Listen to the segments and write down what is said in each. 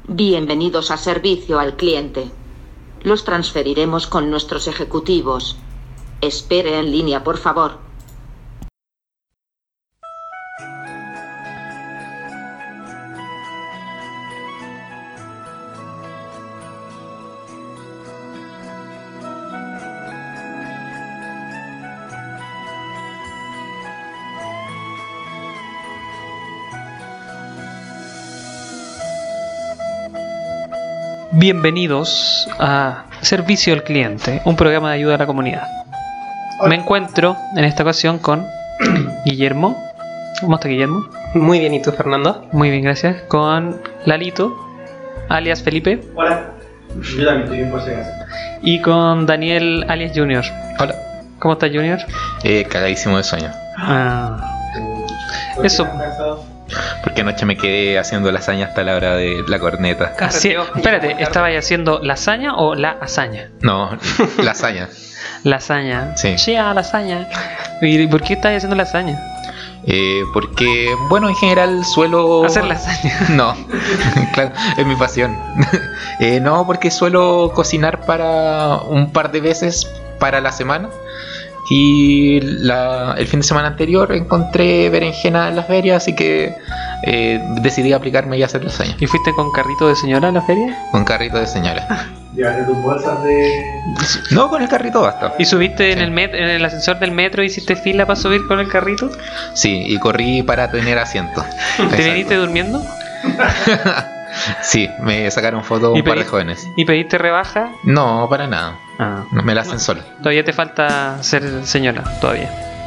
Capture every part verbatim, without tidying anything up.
Bienvenidos a servicio al cliente. Los transferiremos con nuestros ejecutivos. Espere en línea, por favor. Bienvenidos a Servicio al Cliente, un programa de ayuda a la comunidad. Me encuentro en esta ocasión con Guillermo. ¿Cómo está, Guillermo? Muy bien, ¿y tú, Fernando? Muy bien, gracias. Con Lalito, alias Felipe. Hola. Yo también estoy bien por si acaso. Y con Daniel, alias Junior. Hola. ¿Cómo estás, Junior? Eh, cagadísimo de sueño. Ah. Eso. Porque anoche me quedé haciendo lasaña hasta la hora de la corneta. Así, espérate, ¿estabas haciendo lasaña o la hazaña? No, lasaña. Lasaña. Sí. Sí, ah, lasaña. ¿Y por qué estás haciendo lasaña? Eh, porque, bueno, en general suelo... Hacer lasaña. No, claro, es mi pasión. eh, no, porque suelo cocinar para un par de veces para la semana. Y la, el fin de semana anterior encontré berenjena en las ferias, así que eh, decidí aplicarme y hacer lasaña. ¿Y fuiste con carrito de señora a la feria? Con carrito de señora. ¿Llevaste tus bolsas de...? No, con el carrito basta. ¿Y subiste Sí. en el met en el ascensor del metro y hiciste fila para subir con el carrito? Sí, y corrí para tener asiento. ¿Te Exacto. viniste durmiendo? Sí, me sacaron fotos ¿Y un par pedí- de jóvenes. ¿Y pediste rebaja? No, para nada. Ah. No, me la hacen sola. Todavía te falta ser señora, todavía.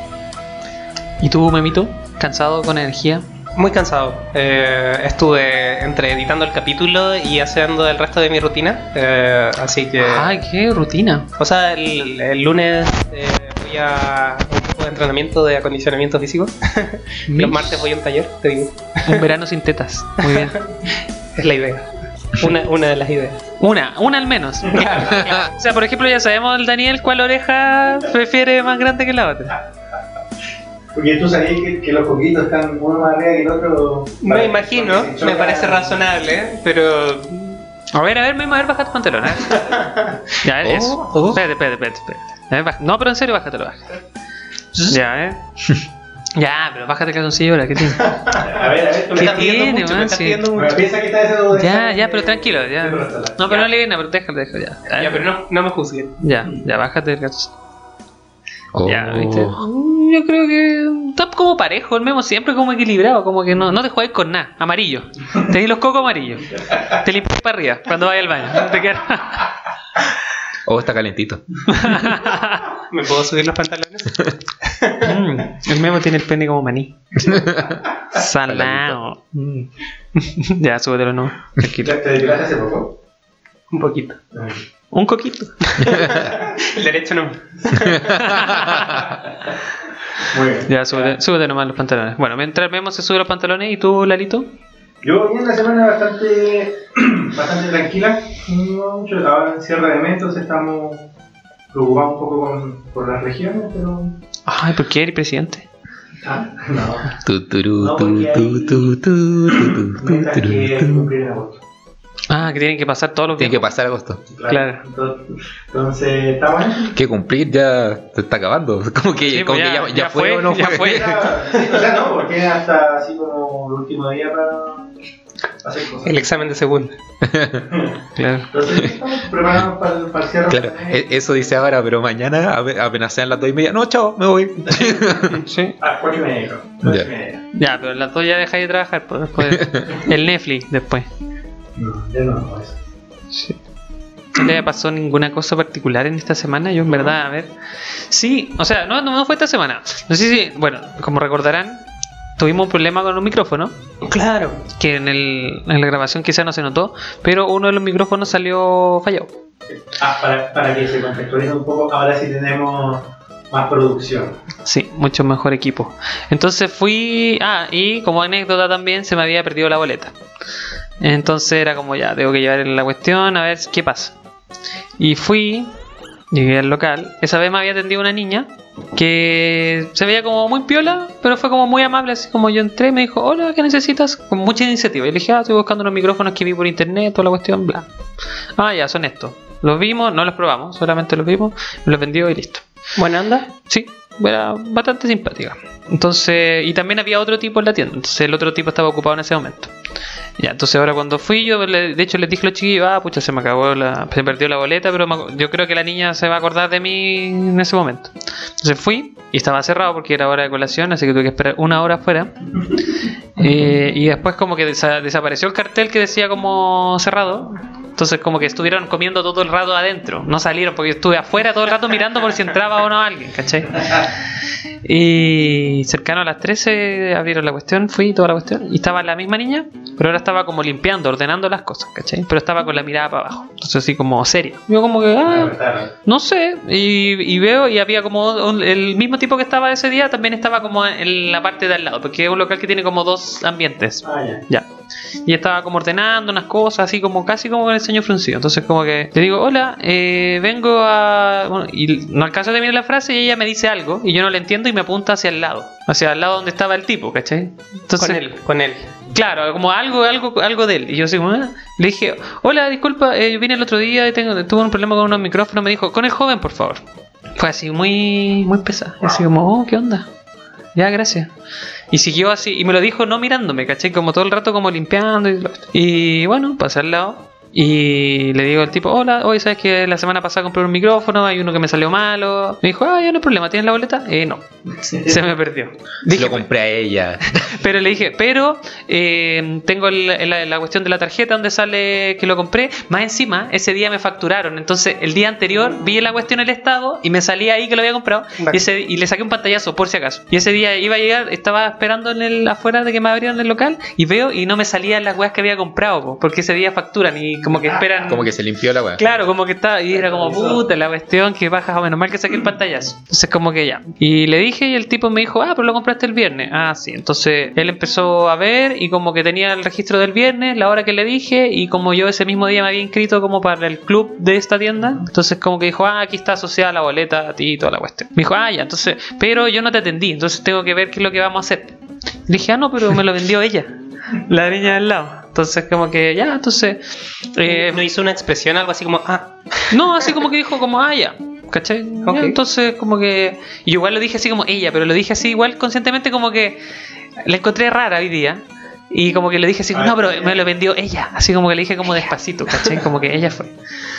¿Y tú, Memito? ¿Cansado, con energía? Muy cansado. Eh, estuve entre editando el capítulo y haciendo el resto de mi rutina. Eh, así que... Ay, qué rutina. O sea, el, el lunes eh, voy a un poco de entrenamiento de acondicionamiento físico. Los martes voy a un taller, te digo. Un verano sin tetas. Muy bien. Es la idea. Una, una de las ideas. Una, una al menos. O sea, por ejemplo, ya sabemos el Daniel cuál oreja prefiere más grande que la otra. Porque tú sabías que, que los coquitos están uno más arriba que el otro. Me imagino, me parece razonable, pero... A ver, a ver, Memo, a ver, baja tu pantalón, ¿eh? Ya, a ver, eso. Oh, oh. Espérate, espérate, espérate, espérate. A ver, baja- No, pero en serio, bájatelo, bájatelo. Ya, ¿eh? Ya, pero bájate el calzoncillo ahora, ¿qué tiene? A ver, a ver, tú Me ¿Qué me estás pidiendo tiene, mucho, man? me estás Sí. pidiendo Me mucho. piensa que estás haciendo... Ya, ya, pero tranquilo, ya. de No, Rostala. pero no le viene, pero déjalo, déjalo, ya. Ya, pero no, no me juzguen. Ya, ya, bájate el calzoncillo. Oh. Ya, ¿viste? Mm, Yo creo que está como parejo, el Memo siempre como equilibrado, como que no, no te juegues con nada, amarillo. Tenés los cocos amarillos. Te limpias para arriba cuando vayas al baño. No te quedas... Oh, está calentito. ¿Me puedo subir los pantalones? Mm, el Memo tiene el pene como maní. Salado. Mm. Ya, súbetelo, no. Tranquilo. ¿Te te depilaste hace poco? Un poquito. Un coquito. El derecho no. Muy bien. Ya, súbete, súbete nomás los pantalones. Bueno, mientras Memo se sube los pantalones, ¿y tú, Lalito? Yo vi una semana bastante bastante tranquila, no mucho, ahora en cierre de mes, entonces estamos preocupados un poco con, por las regiones, pero... Ay, ¿por qué eres presidente? Ah, no, Tu, turu, No, tu, porque tu, hay- tu, tu, tu, tu, mientras turu, que hay que tu. cumplir en agosto. Ah, que tienen que pasar todos los Tiene que pasar agosto. Claro. Entonces, entonces estamos ahí. Que cumplir ya se está acabando. Como que, Sí, como pues que ya- ya, ya ya fue, fue, o no ya fue. fue. O sea, no, porque es hasta así como el último día para hacer cosas. El examen de segundo. Claro. Entonces estamos preparados para, el- para el cierre. Claro, e- eso dice ahora, pero mañana ape- apenas sean las dos y media. No, chao, me voy. Sí. Ah, cuatro y media, creo. Cuatro Ya. y media. Ya, pero las dos ya dejáis de trabajar, pues después. El Netflix después. No, ya no hago eso. Sí. ¿No le pasó ninguna cosa particular en esta semana? Yo en verdad, a ver. Sí, o sea, no, no, no fue esta semana. No sé si, bueno, como recordarán, tuvimos un problema con un micrófono, Claro. que en, el, en la grabación quizá no se notó, pero uno de los micrófonos salió fallado. Ah, para, para que se contextualice un poco, ahora sí tenemos más producción. Sí, mucho mejor equipo. Entonces fui... Ah, y como anécdota también se me había perdido la boleta. Entonces era como ya, tengo que llevar la cuestión a ver qué pasa. Y fui, llegué al local. Esa vez me había atendido una niña que se veía como muy piola, pero fue como muy amable, así como yo entré, me dijo, hola, ¿qué necesitas? Con mucha iniciativa. Y le dije, ah, estoy buscando unos micrófonos que vi por internet, toda la cuestión, bla. Ah, ya, son estos. Los vimos, no los probamos, solamente los vimos, me los vendió y listo. ¿Buena onda? Sí, era bastante simpática. Entonces, y también había otro tipo en la tienda, entonces el otro tipo estaba ocupado en ese momento. Ya, entonces ahora cuando fui yo, le, de hecho les dije a los chiquillos, ah, pucha, se me acabó la, se perdió la boleta, pero me, yo creo que la niña se va a acordar de mí en ese momento. Entonces fui y estaba cerrado porque era hora de colación, así que tuve que esperar una hora afuera. Eh, y después como que desa- desapareció el cartel que decía como cerrado. Entonces como que estuvieron comiendo todo el rato adentro, no salieron porque yo estuve afuera todo el rato mirando por si entraba o no alguien, ¿cachai? Y cercano a las trece abrieron la cuestión, fui toda la cuestión y estaba la misma niña, pero ahora estaba como limpiando, ordenando las cosas, ¿cachai? Pero estaba con la mirada para abajo, entonces así como seria. Yo como que, ah, no sé, y, y veo y había como un- el mismo tipo que estaba ese día también estaba como en la parte de al lado, porque es un local que tiene como dos ambientes. Ah, ya. Ya. Y estaba como ordenando unas cosas, así como casi como con el ceño fruncido. Entonces como que le digo, hola, eh, vengo a... Bueno, y no alcanzo a terminar la frase y ella me dice algo y yo no le entiendo y me apunta hacia el lado. Hacia el lado donde estaba el tipo, ¿cachai? Entonces, Con él, con él. claro, como algo, algo, algo de él. Y yo así como, ah. Le dije, hola, disculpa, eh, yo vine el otro día y tengo, tuve un problema con unos micrófonos. Me dijo, con el joven, por favor. Fue así muy, muy pesado. Y así como, oh, ¿qué onda? Ya, gracias. Y siguió así, y me lo dijo no mirándome, ¿cachai? Como todo el rato como limpiando y, y bueno, pasé al lado. Y le digo al tipo, hola, oye, ¿sabes que la semana pasada compré un micrófono? Hay uno que me salió malo. Me dijo, ah, ya no hay problema, ¿tienes la boleta? Eh, no, se me perdió. Dije, Lo compré a ella. pero le dije, pero eh, tengo el- la, la cuestión de la tarjeta donde sale que lo compré. Más encima, ese día me facturaron. Entonces, el día anterior vi la cuestión en el estado y me salía ahí que lo había comprado. Y, ese, y le saqué un pantallazo por si acaso. Y ese día iba a llegar, estaba esperando en el afuera de que me abrieran el local. Y veo y no me salían las weas que había comprado, po, porque ese día facturan y como que esperan. Como que se limpió la weá. Claro, como que estaba, y era como puta la cuestión que baja, menos mal que saqué el pantallazo. Entonces como que ya. Y le dije y el tipo me dijo, ah, pero lo compraste el viernes. Ah, sí. Entonces él empezó a ver y como que tenía el registro del viernes, la hora que le dije, y como yo ese mismo día me había inscrito como para el club de esta tienda, entonces como que dijo, ah, aquí está asociada la boleta a ti y toda la cuestión. Me dijo, ah, ya, entonces, pero yo no te atendí, entonces tengo que ver qué es lo que vamos a hacer. Le dije, ah, no, pero me lo vendió ella, la niña del lado. Entonces como que ya, entonces... Eh, ¿No hizo una expresión, algo así como, ah? no, así como que dijo como, ah, ya, ¿cachai? Ya, Ok. entonces como que... Y igual lo dije así como ella, pero lo dije así igual conscientemente como que... La encontré rara hoy día. Y como que le dije así, no, pero me lo vendió ella. Así como que le dije como despacito, ¿cachai? Como que ella fue.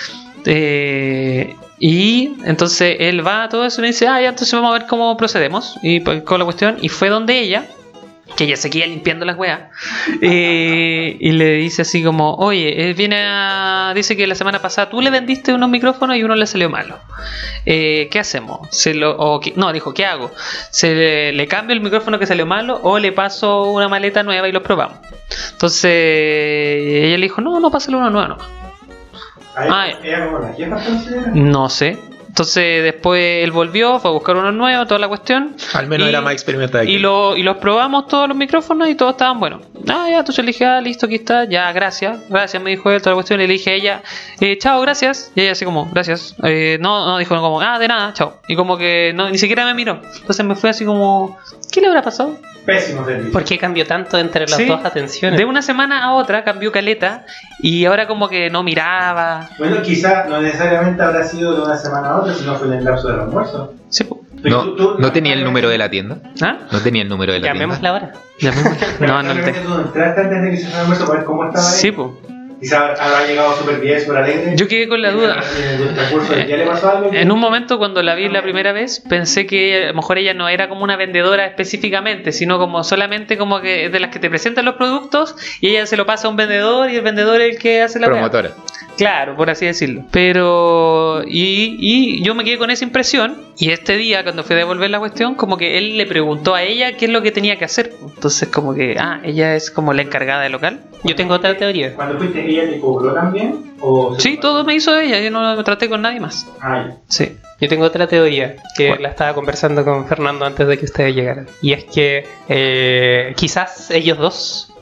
Eh, y entonces él va a todo eso y me dice, ah, ya, entonces vamos a ver cómo procedemos. Y pues, con la cuestión, y fue donde ella... que ella seguía limpiando las weas, eh, y le dice así como, oye, él viene a... dice que la semana pasada tú le vendiste unos micrófonos y uno le salió malo. Eh, ¿Qué hacemos? Se lo, o, ¿qué? No, dijo, ¿qué hago? ¿Se le, le cambio el micrófono que salió malo o le paso una maleta nueva y los probamos? Entonces ella le dijo, no, no, pásale uno nuevo nomás. Ah, Ah, ¿ella como la jefa entonces? No sé. Entonces después él volvió, fue a buscar uno nuevo, toda la cuestión. Al menos Y- era más experimentada que Y, él. lo, y los probamos todos los micrófonos y todos estaban buenos. Ah, ya, entonces le dije, ah, listo, aquí está, ya, gracias, gracias, me dijo él, toda la cuestión. Y le dije a ella, eh, chao, gracias. Y ella así como, gracias. Eh, no, no, dijo como, ah, de nada, chao. Y como que no, ni siquiera me miró. Entonces me fue así como, ¿qué le habrá pasado? Pésimo servicio. ¿Por qué cambió tanto entre las Sí. dos atenciones? De una semana a otra cambió caleta y ahora como que no miraba. Bueno, quizá no necesariamente habrá sido de una semana a otra, sino fue en el lapso del almuerzo. Sí, po. No, Tú- tú- no tenía el número de la tienda. ¿Ah? No tenía el número de la Llamémosla ahora. Llamémosle. No, no lo Realmente tengo. tú entraste antes de que se fuera el almuerzo para ver cómo estaba Sí, ahí. po. Quizá habrá llegado súper bien, súper alegre. Yo quedé con la Y en duda. el- En el transcurso del día le pasó algo. En un momento cuando la vi la primera vez pensé que a lo mejor ella no era como una vendedora específicamente, sino como solamente como que de las que te presentan los productos y ella se lo pasa a un vendedor y el vendedor es el que hace la weá. Promotora. Claro, por así decirlo. Pero y, y yo me quedé con esa impresión y este día cuando fui a devolver la cuestión como que él le preguntó a ella qué es lo que tenía que hacer. Entonces como que, ah, ella es como la encargada del local. Yo tengo otra teoría. Cuando fuiste, ¿ella te cobró también? ¿O Sí, todo me hizo ella, yo no me traté con nadie más. Ay, Sí. Yo tengo otra teoría que ¿Cuál? la estaba conversando con Fernando antes de que ustedes llegaran. Y es que eh, quizás ellos dos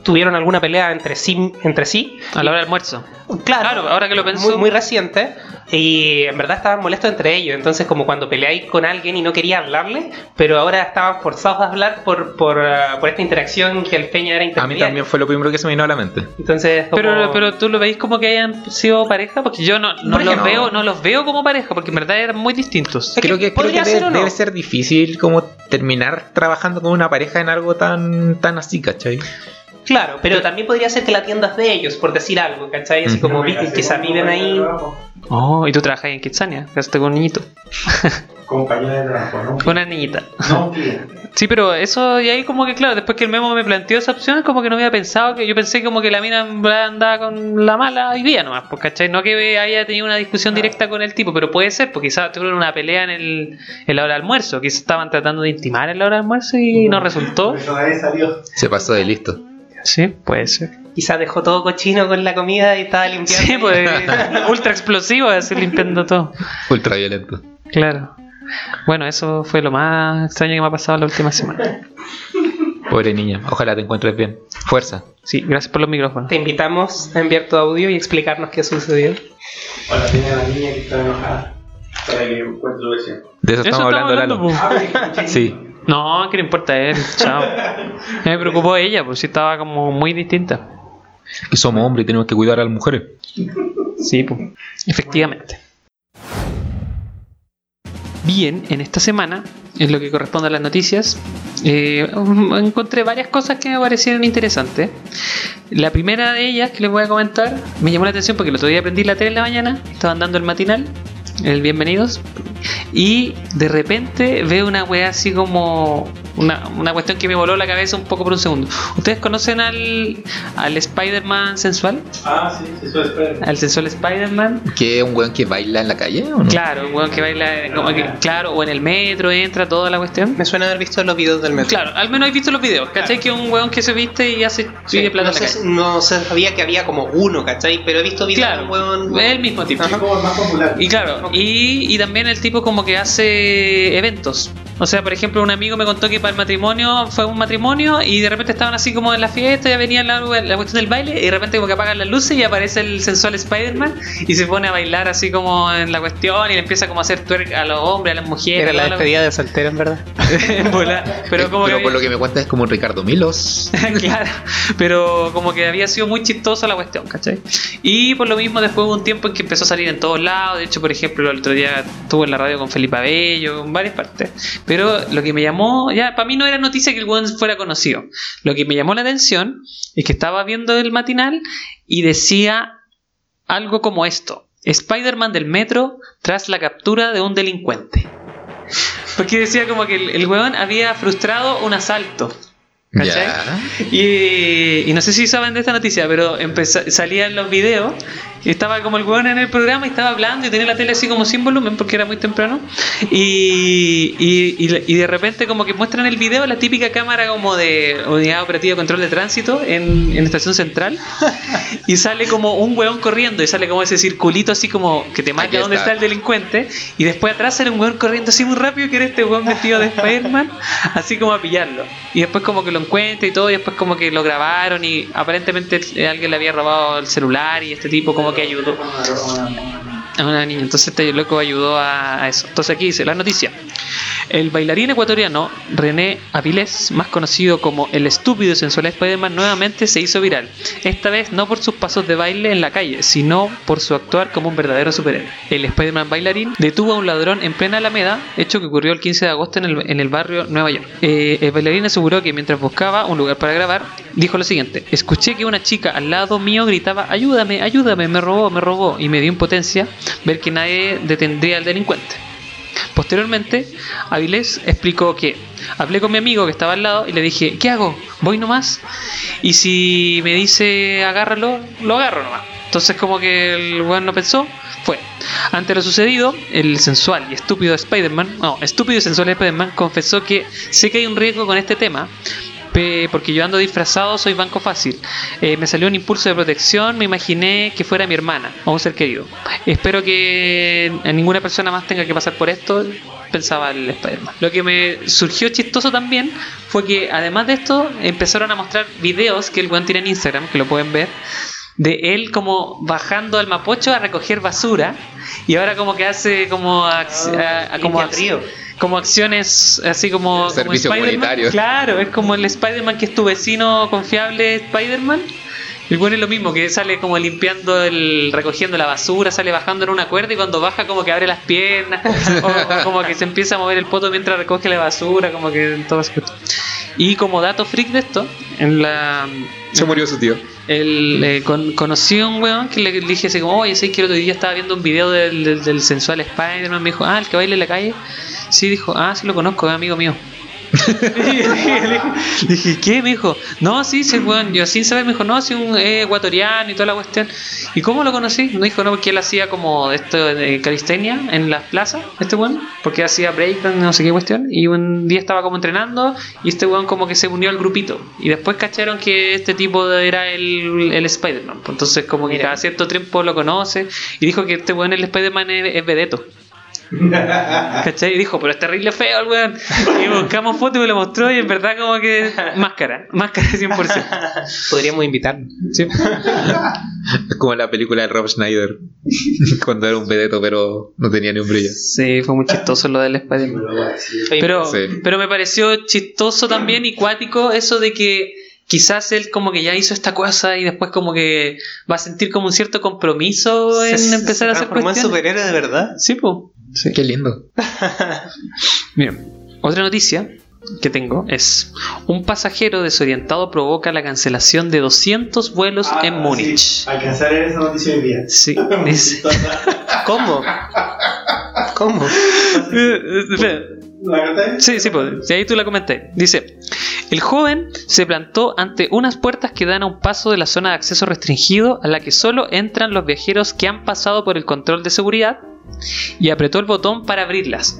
tuvieron alguna pelea entre sí, entre sí. A la hora del almuerzo. Claro, Claro, ahora que lo pienso. muy, muy reciente. Y en verdad estaban molestos entre ellos. Entonces, como cuando peleáis con alguien y no quería hablarle, pero ahora estaban forzados a hablar por, por, uh, por esta interacción que el Peña era A mí intermediario. también fue lo primero que se me vino a la mente. Entonces, como... Pero, pero tú lo veis como que hayan sido pareja, porque yo no, no, Por los, ejemplo. veo, no los veo como pareja, porque en verdad eran muy distintos. Es Creo que que, creo podría que ser debe, o no. debe ser difícil como terminar trabajando con una pareja en algo tan, tan así, ¿cachai? Claro, pero también podría ser que la tienda es de ellos, por decir algo, ¿cachai? Así Ujú. como vi- quizás viven ahí. Oh, y tú trabajas en Kitsania, quedaste con un niñito, Compañera de trabajo, ¿no? con una niñita. No, cliente. Sí, pero eso, y ahí como que claro, después que el Memo me planteó esa opción, como que no había pensado, que yo pensé como que la mina en verdad andaba con la mala hoy día nomás, pues, ¿cachai? No que haya tenido una discusión directa con el tipo, pero puede ser, porque quizás tuvieron una pelea en, el, en la hora de almuerzo, quizás estaban tratando de intimar en la hora de almuerzo y no resultó. Eso de ahí salió. Se pasó de listo. Sí, puede ser. Quizás dejó todo cochino con la comida y estaba limpiando. Sí, pues ultra explosivo, así limpiando todo. Ultra violento. Claro. Bueno, eso fue lo más extraño que me ha pasado la última semana. Pobre niña. Ojalá te encuentres bien. Fuerza. Sí, gracias por los micrófonos. Te invitamos a enviar tu audio y explicarnos qué sucedió. Hola, tiene a la niña que está enojada. Para que encuentre su versión. De eso, Eso estamos hablando, Lalo. po. Ah, pero escuché. Sí. No, que le importa a él, chao. Me preocupó ella, pues sí estaba como muy distinta. Que somos hombres y tenemos que cuidar a las mujeres. Sí, pues, efectivamente. Bien, en esta semana, en lo que corresponde a las noticias, eh, encontré varias cosas que me parecieron interesantes. La primera de ellas que les voy a comentar me llamó la atención porque el otro día prendí la tele en la mañana, estaban dando el matinal, el Bienvenidos, y de repente veo una weá así como una, una cuestión que me voló la cabeza un poco por un segundo. ¿Ustedes conocen al, al Spider-Man sensual? Ah, sí, sí, eso es Spider-Man. Al sensual Spider-Man. ¿Que es un weón que baila en la calle o no? Claro, un weón que baila como que, claro, o en el metro entra toda la cuestión. Me suena haber visto los videos del metro. Claro, al menos he visto los videos, ¿cachai? Que es un weón que se viste y hace pide plata no, en la sé, calle. no sé, sabía que había como uno, ¿cachai? Pero he visto videos Claro, de un huevón. es el mismo tipo. Es como el más popular. Y claro, y, y también el tipo como que hace eventos. O sea, por ejemplo, un amigo me contó que para el matrimonio fue un matrimonio y de repente estaban así como en la fiesta, ya venía la, la cuestión del baile y de repente como que apagan las luces y aparece el sensual Spider-Man y se pone a bailar así como en la cuestión y le empieza como a hacer twerk a los hombres, a las mujeres. Era la toda la- despedida de soltero, en verdad. en bola. Pero Eh, como pero que por lo que me cuentas es como un Ricardo Milos. claro, pero como que había sido muy chistosa la cuestión, ¿cachai? Y por lo mismo después hubo un tiempo en que empezó a salir en todos lados. De hecho, por ejemplo, el otro día estuvo en la radio con Felipe Abello, en varias partes. Pero lo que me llamó, ya para mí no era noticia que el weón fuera conocido. Lo que me llamó la atención es que estaba viendo el matinal y decía algo como esto: Spider-Man del metro tras la captura de un delincuente. Porque decía como que el, el weón había frustrado un asalto, ¿cachai? Ya. Y, y no sé si saben de esta noticia, pero empezó, salían los videos y estaba como el weón en el programa y estaba hablando y tenía la tele así como sin volumen porque era muy temprano. Y, y, y, y de repente como que muestran el video, la típica cámara como de unidad operativa de control de tránsito en, en estación central. Y sale como un weón corriendo y sale como ese circulito así como que te marca Aquí dónde está. está el delincuente. Y después atrás sale un weón corriendo así muy rápido que era este weón vestido de Spider-Man, así como a pillarlo. Y después como que lo encuentra y todo, y después como que lo grabaron y aparentemente alguien le había robado el celular y este tipo como que ayudó a una niña. Entonces este loco ayudó a, a eso. Entonces aquí dice la noticia: el bailarín ecuatoriano René Avilés, más conocido como el estúpido y sensual Spider-Man, nuevamente se hizo viral. Esta vez no por sus pasos de baile en la calle, sino por su actuar como un verdadero superhéroe. El Spider-Man bailarín detuvo a un ladrón en plena Alameda, hecho que ocurrió el quince de agosto en el, en el barrio Nueva York. Eh, el bailarín aseguró que mientras buscaba un lugar para grabar, dijo lo siguiente: escuché que una chica al lado mío gritaba ayúdame, ayúdame, me robó, me robó, y me dio impotencia ver que nadie detendría al delincuente. Posteriormente, Avilés explicó que hablé con mi amigo que estaba al lado y le dije, ¿qué hago? ¿Voy nomás? Y si me dice agárralo, lo agarro nomás. Entonces como que el weón no pensó, fue. Ante lo sucedido, el sensual y estúpido Spider-Man, no, estúpido y sensual Spider-Man confesó que sé que hay un riesgo con este tema, porque yo ando disfrazado, soy banco fácil. Eh, me salió un impulso de protección, me imaginé que fuera mi hermana o un ser querido. Espero que ninguna persona más tenga que pasar por esto. pensaba el Spider-Man. Lo que me surgió chistoso también fue que además de esto empezaron a mostrar videos que el weón tiene en Instagram, que lo pueden ver, de él como bajando al Mapocho a recoger basura, y ahora como que hace como ac- a- a- como, ac- como acciones así como, Servicio como Spider-Man. comunitario. Claro, es como el Spider-Man que es tu vecino confiable, Spider-Man. El bueno es lo mismo, que sale como limpiando el, recogiendo la basura, sale bajando en una cuerda, y cuando baja como que abre las piernas, o, o como que se empieza a mover el poto mientras recoge la basura, como que todo eso. Y como dato freak de esto, en la Se murió su tío. el, eh, con, conocí a un weón que le dije así como, oye, sé que el otro día estaba viendo un video del, del, del sensual Spider-Man. Me dijo, ah, el que baila en la calle. Sí, dijo, ah, sí lo conozco, es amigo mío. Le dije, ¿qué? Me dijo, no, sí, sí, weón. Yo sin saber me dijo, no, sí, un eh, ecuatoriano y toda la cuestión. ¿Y cómo lo conocí? Me dijo, no, porque él hacía como esto de calistenia en las plazas, este weón, porque hacía breakdance, no sé qué cuestión. Y un día estaba como entrenando, y este weón como que se unió al grupito. Y después cacharon que este tipo era el, el Spider-Man. Entonces como que cada cierto tiempo lo conoce. Y dijo que este weón, el Spider-Man, es, es vedeto. ¿Cachai? Y dijo, pero es terrible feo el weón. Y buscamos fotos y me lo mostró, y en verdad como que máscara, máscara cien por ciento. Podríamos invitarlo. Sí. Es como la película de Rob Schneider, cuando era un vedeto pero no tenía ni un brillo. Sí, fue muy chistoso lo del Spider-Man. Pero, Sí. pero me pareció chistoso también y cuático eso de que quizás él como que ya hizo esta cosa y después como que va a sentir como un cierto compromiso en Se- empezar a se hacer transformó en cuestiones. superhéroe de verdad. Sí, pues. Sí. Qué lindo. Bien, otra noticia que tengo es: un pasajero desorientado provoca la cancelación de doscientos vuelos Ah, en Múnich. Sí. Alcanzar a ver esa noticia hoy día. Sí, dice. ¿Cómo? ¿Cómo? ¿La conté? Sí, sí, pues, sí, ahí tú la comenté. Dice: el joven se plantó ante unas puertas que dan a un paso de la zona de acceso restringido a la que solo entran los viajeros que han pasado por el control de seguridad, y apretó el botón para abrirlas.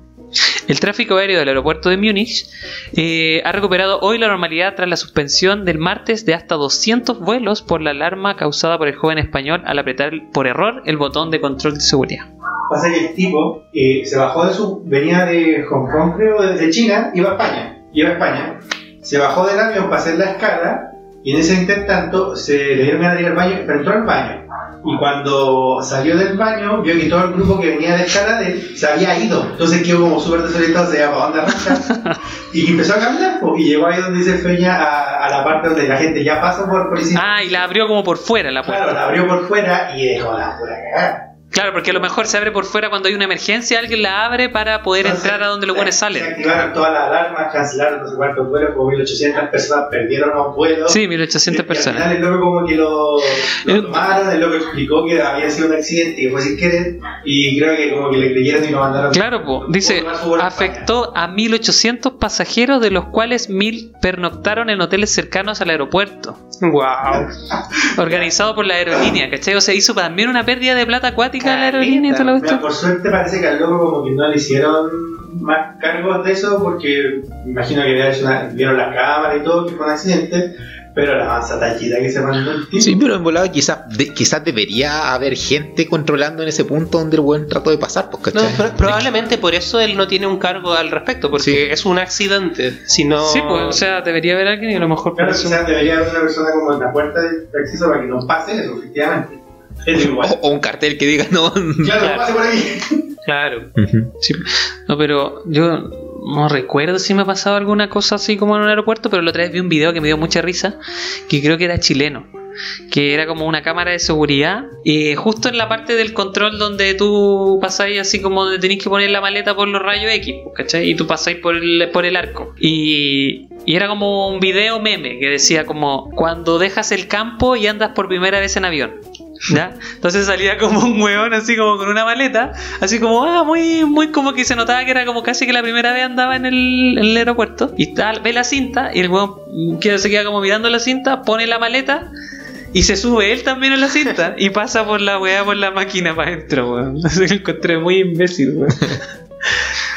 El tráfico aéreo del aeropuerto de Múnich eh, ha recuperado hoy la normalidad tras la suspensión del martes de hasta doscientos vuelos por la alarma causada por el joven español al apretar por error el botón de control de seguridad. Pasa que el tipo eh, se bajó de su. Venía de Hong Kong, creo, desde China, iba a España. Iba a España. Se bajó del avión para hacer la escala, y en ese intertanto se le dieron ganas de ir al baño, pero entró al baño. Y cuando salió del baño, vio que todo el grupo que venía de escala de él se había ido. Entonces quedó como súper desorientado, se iba para dónde arrancar. Y empezó a caminar, po, y llegó ahí donde dice Feña, a, a la parte donde la gente ya pasó por policía. Ah, y la abrió como por fuera la puerta. Claro, la abrió por fuera y dejó la pura cagada. Claro, porque a lo mejor se abre por fuera cuando hay una emergencia, alguien la abre para poder Entonces, entrar a donde los buenos Se salen. activaron todas las alarmas, cancelaron no sé cuántos vuelos, como mil ochocientas personas perdieron los vuelos. Sí, mil ochocientas Y al personas. final el loco como que lo, lo El- tomaron, el loco explicó que había sido un accidente y que fue sin querer, y creo que como que le creyeron y lo mandaron. Claro, po, dice, Por tomar su vuelo a afectó a mil ochocientos pasajeros, de los cuales mil pernoctaron en hoteles cercanos al aeropuerto, Wow. organizado por la aerolínea, ¿cachai? O sea, hizo también una pérdida de plata acuática a la Caleta. aerolínea y toda la Mira, cuestión. por suerte parece que al loco como que no le hicieron más cargos de eso, porque me imagino que había hecho una- vieron la cámara y todo, que fue un accidente, pero la mansa tallita que se mandó el tipo. Sí, pero en volado quizás de- quizás debería haber gente controlando en ese punto donde el buen trató de pasar, pues, No, ¿cachai? pro- probablemente por eso él no tiene un cargo al respecto, porque Sí. es un accidente. Si no... Sí, pues, o sea, debería haber alguien y a lo mejor por Claro, eso. quizás debería haber una persona como en la puerta de acceso para que no pase eso, efectivamente. Es igual. O, o un cartel que diga no. Claro, Claro. no pase por aquí. Claro. Ujú. Sí. No, pero yo no recuerdo si me ha pasado alguna cosa así como en un aeropuerto, pero la otra vez vi un video que me dio mucha risa, que creo que era chileno, que era como una cámara de seguridad, eh, justo en la parte del control donde tú pasáis así como donde tenéis que poner la maleta por los rayos X, ¿cachai? Y tú pasáis por el, por el arco. Y, y era como un video meme que decía como cuando dejas el campo y andas por primera vez en avión. ¿Ya? Entonces salía como un hueón así como con una maleta, así como ah, muy, muy como que se notaba que era como casi que la primera vez andaba en el, en el aeropuerto, y está, ve la cinta y el hueón que se queda como mirando la cinta, pone la maleta y se sube él también en la cinta y pasa por la weá, por la máquina para adentro, weón. Así que lo encontré muy imbécil, weón.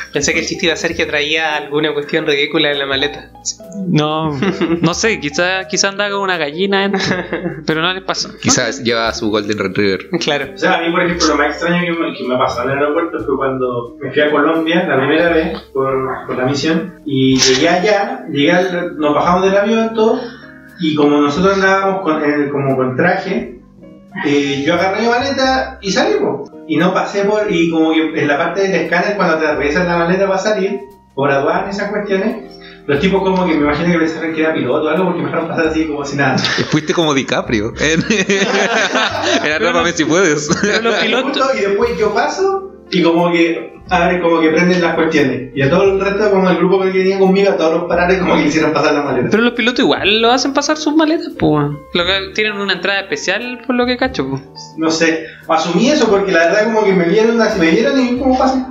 Pensé que el chiste iba a ser que traía alguna cuestión ridícula en la maleta. No, no sé, quizá, quizá andaba con una gallina dentro, pero no les pasó. Quizás lleva su Golden Retriever. Claro. O sea, a mí, por ejemplo, lo más extraño que me, que me pasó en el aeropuerto fue cuando me fui a Colombia la primera vez por, por la misión y llegué allá, llegué al, nos bajamos del avión todo y como nosotros andábamos con, eh, como con traje, eh, yo agarré mi maleta y salí, po. Y no pasé por, y como que en la parte del escáner cuando te regresas la maleta para salir, por aduana, esas cuestiones, los tipos como que me imagino que pensaron que era piloto o algo porque me dejaron pasar así como si nada. Fuiste como DiCaprio. En, en Atrápame si puedes. Pero los pilotos, Y después yo paso y como que abren, como que prenden las cuestiones. Y a todo el resto, como el grupo que venía conmigo, a todos los parares como que hicieron pasar las maletas. pero los pilotos igual lo hacen pasar sus maletas, pues. Lo que tienen una entrada especial por lo que cacho, pues. No sé, asumí eso porque la verdad como que me vieron así, me vieron y como pasa.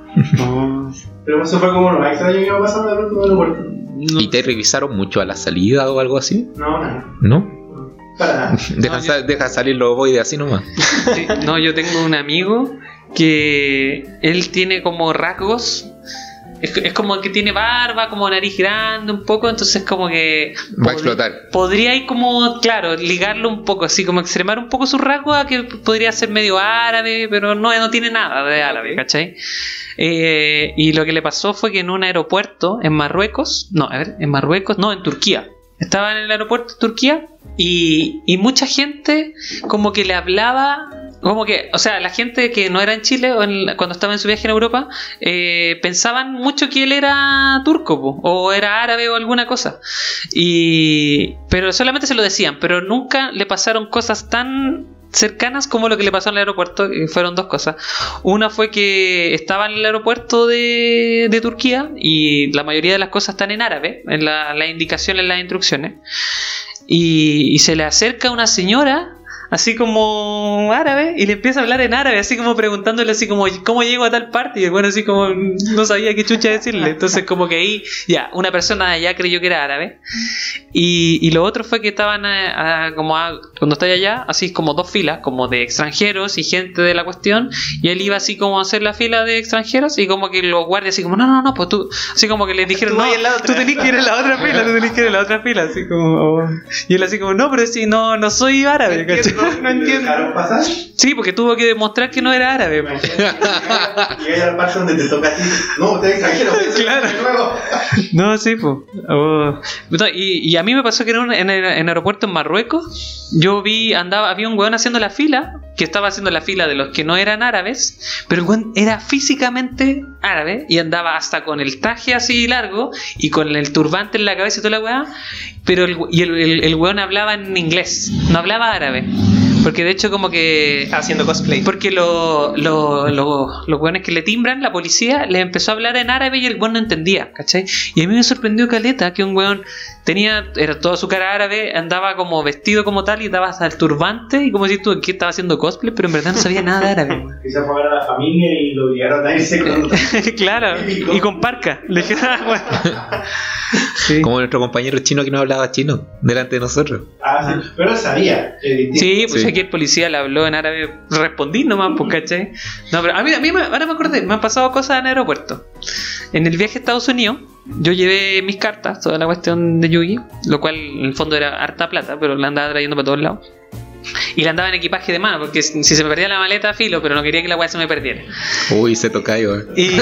Pero eso fue como lo más extraño que iba pasando del último aeropuerto. No. ¿Y te revisaron mucho a la salida o algo así? No, nada. ¿No? Para nada. Dejan, yo- sa- dejan salir los ovoides así nomás. Sí, no, yo tengo un amigo que él tiene como rasgos. Es, es como que tiene barba, como nariz grande un poco, entonces como que... Va a explotar. Podría ir como, claro, ligarlo un poco, así como extremar un poco su rasgo a que podría ser medio árabe, pero no, no tiene nada de árabe, ¿cachai? Eh, y lo que le pasó fue que en un aeropuerto en Marruecos, no, a ver, en Marruecos, no, en Turquía. Estaba en el aeropuerto de Turquía y, y mucha gente como que le hablaba, como que, o sea, la gente que no era en Chile o en, cuando estaba en su viaje en Europa, eh, pensaban mucho que él era turco po, o era árabe o alguna cosa. Y, pero solamente se lo decían, pero nunca le pasaron cosas tan cercanas como lo que le pasó en el aeropuerto, que fueron dos cosas. Una fue que estaba en el aeropuerto de, de Turquía y la mayoría de las cosas están en árabe, en la, las indicaciones, en las instrucciones, y, y se le acerca una señora así como árabe y le empieza a hablar en árabe, así como preguntándole así como ¿cómo llego a tal parte? Y el bueno así como no sabía qué chucha decirle, entonces como que ahí ya una persona de allá creyó que era árabe. Y, y lo otro fue que estaban a, a, como a, cuando estaba allá, así como dos filas, como de extranjeros y gente de la cuestión, y él iba así como a hacer la fila de extranjeros y como que los guardias así como no, no, no, pues tú, así como que les dijeron Tú no, vas en la otra. tú tenés que ir en la otra fila, tú tenés que ir en la otra fila, así como oh. Y él así como no, pero si no, no soy árabe, ¿cachai? No entiendo. ¿Dejaron pasar? Sí, porque tuvo que demostrar que no era árabe. Y hay la parte donde te toca a ti. No, usted es extranjero. Claro. Luego. No, sí, pues. Oh. No, y, y a mí me pasó que en, un, en el en aeropuerto en Marruecos, yo vi, andaba, había un weón haciendo la fila, que estaba haciendo la fila de los que no eran árabes, pero el weón era físicamente árabe y andaba hasta con el traje así largo y con el turbante en la cabeza y toda la weá, pero el, y el, el, el weón hablaba en inglés, no hablaba árabe. Porque de hecho como que... Estaba haciendo cosplay. Porque lo, lo, lo, los weones que le timbran, la policía, les empezó a hablar en árabe y el weón no entendía, ¿cachai? Y a mí me sorprendió caleta que un weón tenía, era toda su cara árabe, andaba como vestido como tal y daba hasta el turbante y como si tú que estaba haciendo cosplay, pero en verdad no sabía nada de árabe, weón. Quizás fue a ver a la familia y lo obligaron a irse con... Claro, y con parca. Le dije, ah, bueno. Sí. Como nuestro compañero chino que no hablaba chino delante de nosotros. Ah, sí. Pero él sabía. eh, Sí, pues Sí. aquí el policía le habló en árabe, respondí nomás, pues, ¿cachai? No, pero a mí, a mí me- ahora me acordé, me han pasado cosas en el aeropuerto. En el viaje a Estados Unidos, yo llevé mis cartas, toda la cuestión de Yugi, lo cual en el fondo era harta plata, pero la andaba trayendo para todos lados. Y la andaba en equipaje de mano, porque si se me perdía la maleta, filo, pero no quería que la weá se me perdiera. Uy, se toca yo. Y,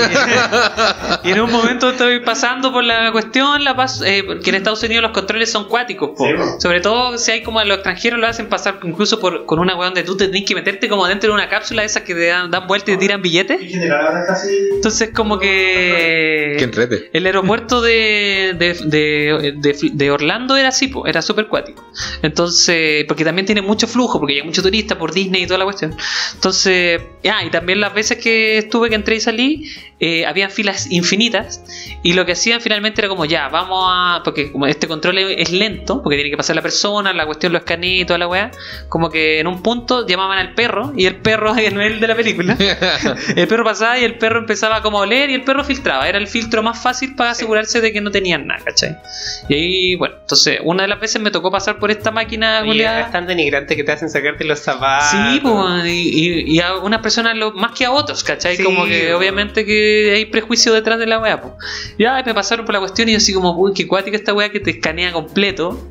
y en un momento estoy pasando por la cuestión, la paso, eh, porque en Estados Unidos los controles son cuáticos, po. Sí, po. Sobre todo si hay como a los extranjeros lo hacen pasar incluso por con una weá donde tú tenés que meterte como dentro de una cápsula esas que te dan, dan vueltas y te tiran billetes. En general ahora está así... Entonces como que Qué entrete. el aeropuerto de, de, de, de, de Orlando era así, po, era súper cuático. Entonces, porque también tiene mucho flujo, porque hay mucho turista por Disney y toda la cuestión. Entonces, ah, y también las veces que estuve, que entré y salí, eh, habían filas infinitas. Y lo que hacían finalmente era como, ya, vamos a... Porque como este control es es lento, porque tiene que pasar la persona, la cuestión lo escanea y toda la weá. Como que en un punto llamaban al perro, y el perro, no es el de la película, el perro pasaba y el perro empezaba como a oler y el perro filtraba. Era el filtro más fácil para asegurarse de que no tenían nada, ¿cachai? Y ahí, bueno, entonces una de las veces me tocó pasar por esta máquina Oye, goleada. es tan denigrante que te hacen sacarte los zapatos. Sí, pues, y, y, y a unas personas lo, más que a otros, ¿cachai? Sí, como que po. obviamente que hay prejuicio detrás de la weá, pues. Ya me pasaron por la cuestión y yo así como, uy, qué cuática esta weá que te escanea completo.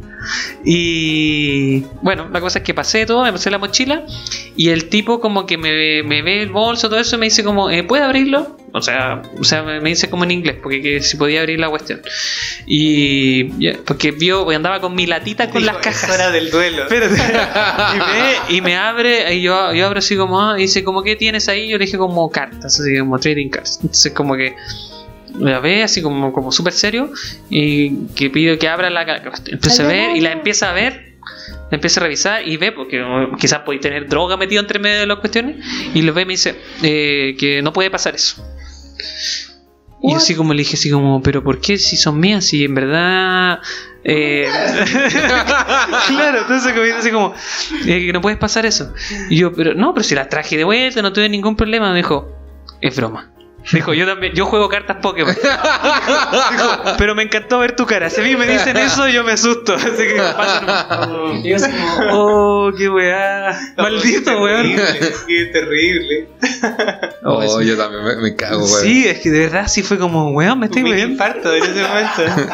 Y bueno, la cosa es que pasé todo, me pasé la mochila y el tipo como que me, me ve el bolso, todo eso, y me dice como, eh, ¿puede abrirlo? O sea, o sea me, me dice como en inglés, porque que si podía abrir la cuestión. Y ya, porque vio, porque andaba con mi latita con Dijo, las cajas. Es hora del duelo. Espérate. y, me, y me abre, y yo, yo abro así como, ah, y dice, como, ¿qué tienes ahí? Yo le dije como cartas, así como trading cards. Entonces como que la ve así como, como súper serio y que pido que abra la ca- empieza a ver y la empieza a ver, la empieza a revisar y ve, porque uh, quizás podéis tener droga metido entre medio de las cuestiones, y lo ve y me dice eh, que no puede pasar eso. Y yo así como le dije así como, pero ¿por qué si son mías? Si en verdad... Eh... claro, entonces como, así como eh, que no puedes pasar eso. Y yo, pero no, pero si las traje de vuelta, no tuve ningún problema. Me dijo, es broma. Dijo, yo también, yo juego cartas Pokémon. Dijo, pero me encantó ver tu cara. Si a mí me dicen eso, yo me asusto. Así que pasan. Y yo así como, oh, qué weá. Maldito weón. Qué terrible. Oh, Oh, yo también me, me cago, weón. sí, es que de verdad sí fue como, weón, me estoy Me dio weando. infarto en ese momento.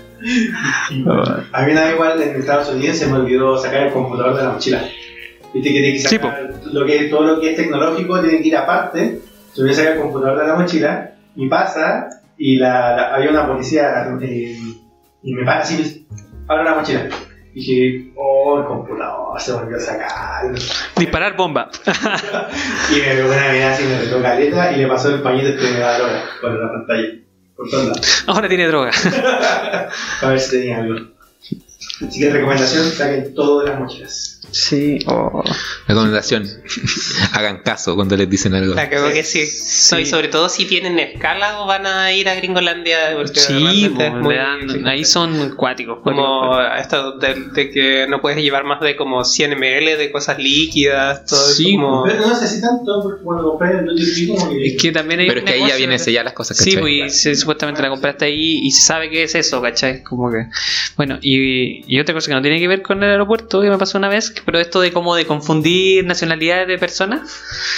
A mí nada igual en Estados Unidos se me olvidó sacar el computador de la mochila. Viste que tiene que Sí, sacar lo que, todo lo que es tecnológico tiene que ir aparte. Yo voy a sacar el computador de la mochila y pasa y la, la- había una policía eh, y me para así, abro la mochila. Y dije, oh, el computador se volvió a sacar. Disparar bomba. Y me pegó una mirada así, me retó caleta y le pasó el pañito este que me da droga por la pantalla. Por todos lados. Ahora tiene droga. A ver si tenía algo. Así que recomendación, saquen todo de las mochilas. Sí. Oh. Recomendación: hagan caso cuando les dicen algo. La cagó que sí. Sí. No, y sobre todo si tienen escala o van a ir a Gringolandia. Porque Sí, realmente es pues, muy le dan- difícil. ahí son cuáticos. Como cuáticos. esto de, de que no puedes llevar más de como cien mililitros de cosas líquidas, todo Sí, eso como... Pero no necesitan todo porque cuando compré el duty free como que... Es que también hay Pero es un que ahí ya negocio vienen de- selladas las cosas, Sí, ¿cachai? pues y se- supuestamente la compraste ahí y se sabe que es eso, ¿cachai? Como que. Bueno, y, y otra cosa que no tiene que ver con el aeropuerto que me pasó una vez, pero esto de como de confundir nacionalidades de personas,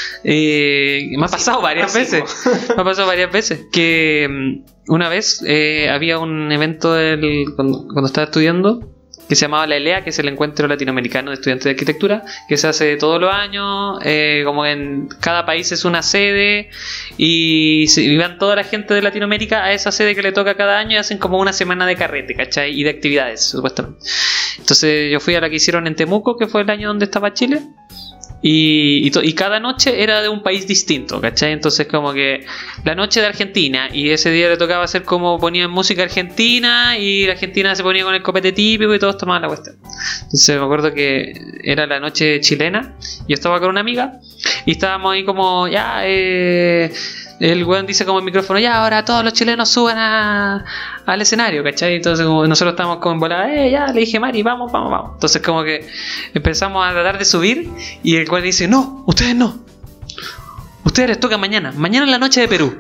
eh, me ha pasado varias racismo. veces. Me ha pasado varias veces. Que mm, una vez eh, había un evento del, cuando, cuando estaba estudiando que se llamaba la E L E A, que es el Encuentro Latinoamericano de Estudiantes de Arquitectura, que se hace todos los años, eh, como en cada país es una sede, y, se, y van toda la gente de Latinoamérica a esa sede que le toca cada año y hacen como una semana de carrete, ¿cachai? Y de actividades, supuestamente. Entonces yo fui a la que hicieron en Temuco, que fue el año donde estaba Chile. Y, y, to- y cada noche era de un país distinto, ¿cachai? Entonces como que la noche de Argentina, y ese día le tocaba hacer como ponían música argentina, y la Argentina se ponía con el copete típico y todos tomaban la cuestión. Entonces me acuerdo que era la noche chilena, yo estaba con una amiga y estábamos ahí como, ya, eh, el weón dice como el micrófono, ya, ahora todos los chilenos suban a, al escenario, ¿cachai? Entonces como nosotros estábamos como en volada, eh, ya, le dije, Mari, vamos, vamos, vamos. Entonces como que empezamos a tratar de subir y el weón dice, no, ustedes no. Ustedes les toca mañana, mañana en la noche de Perú.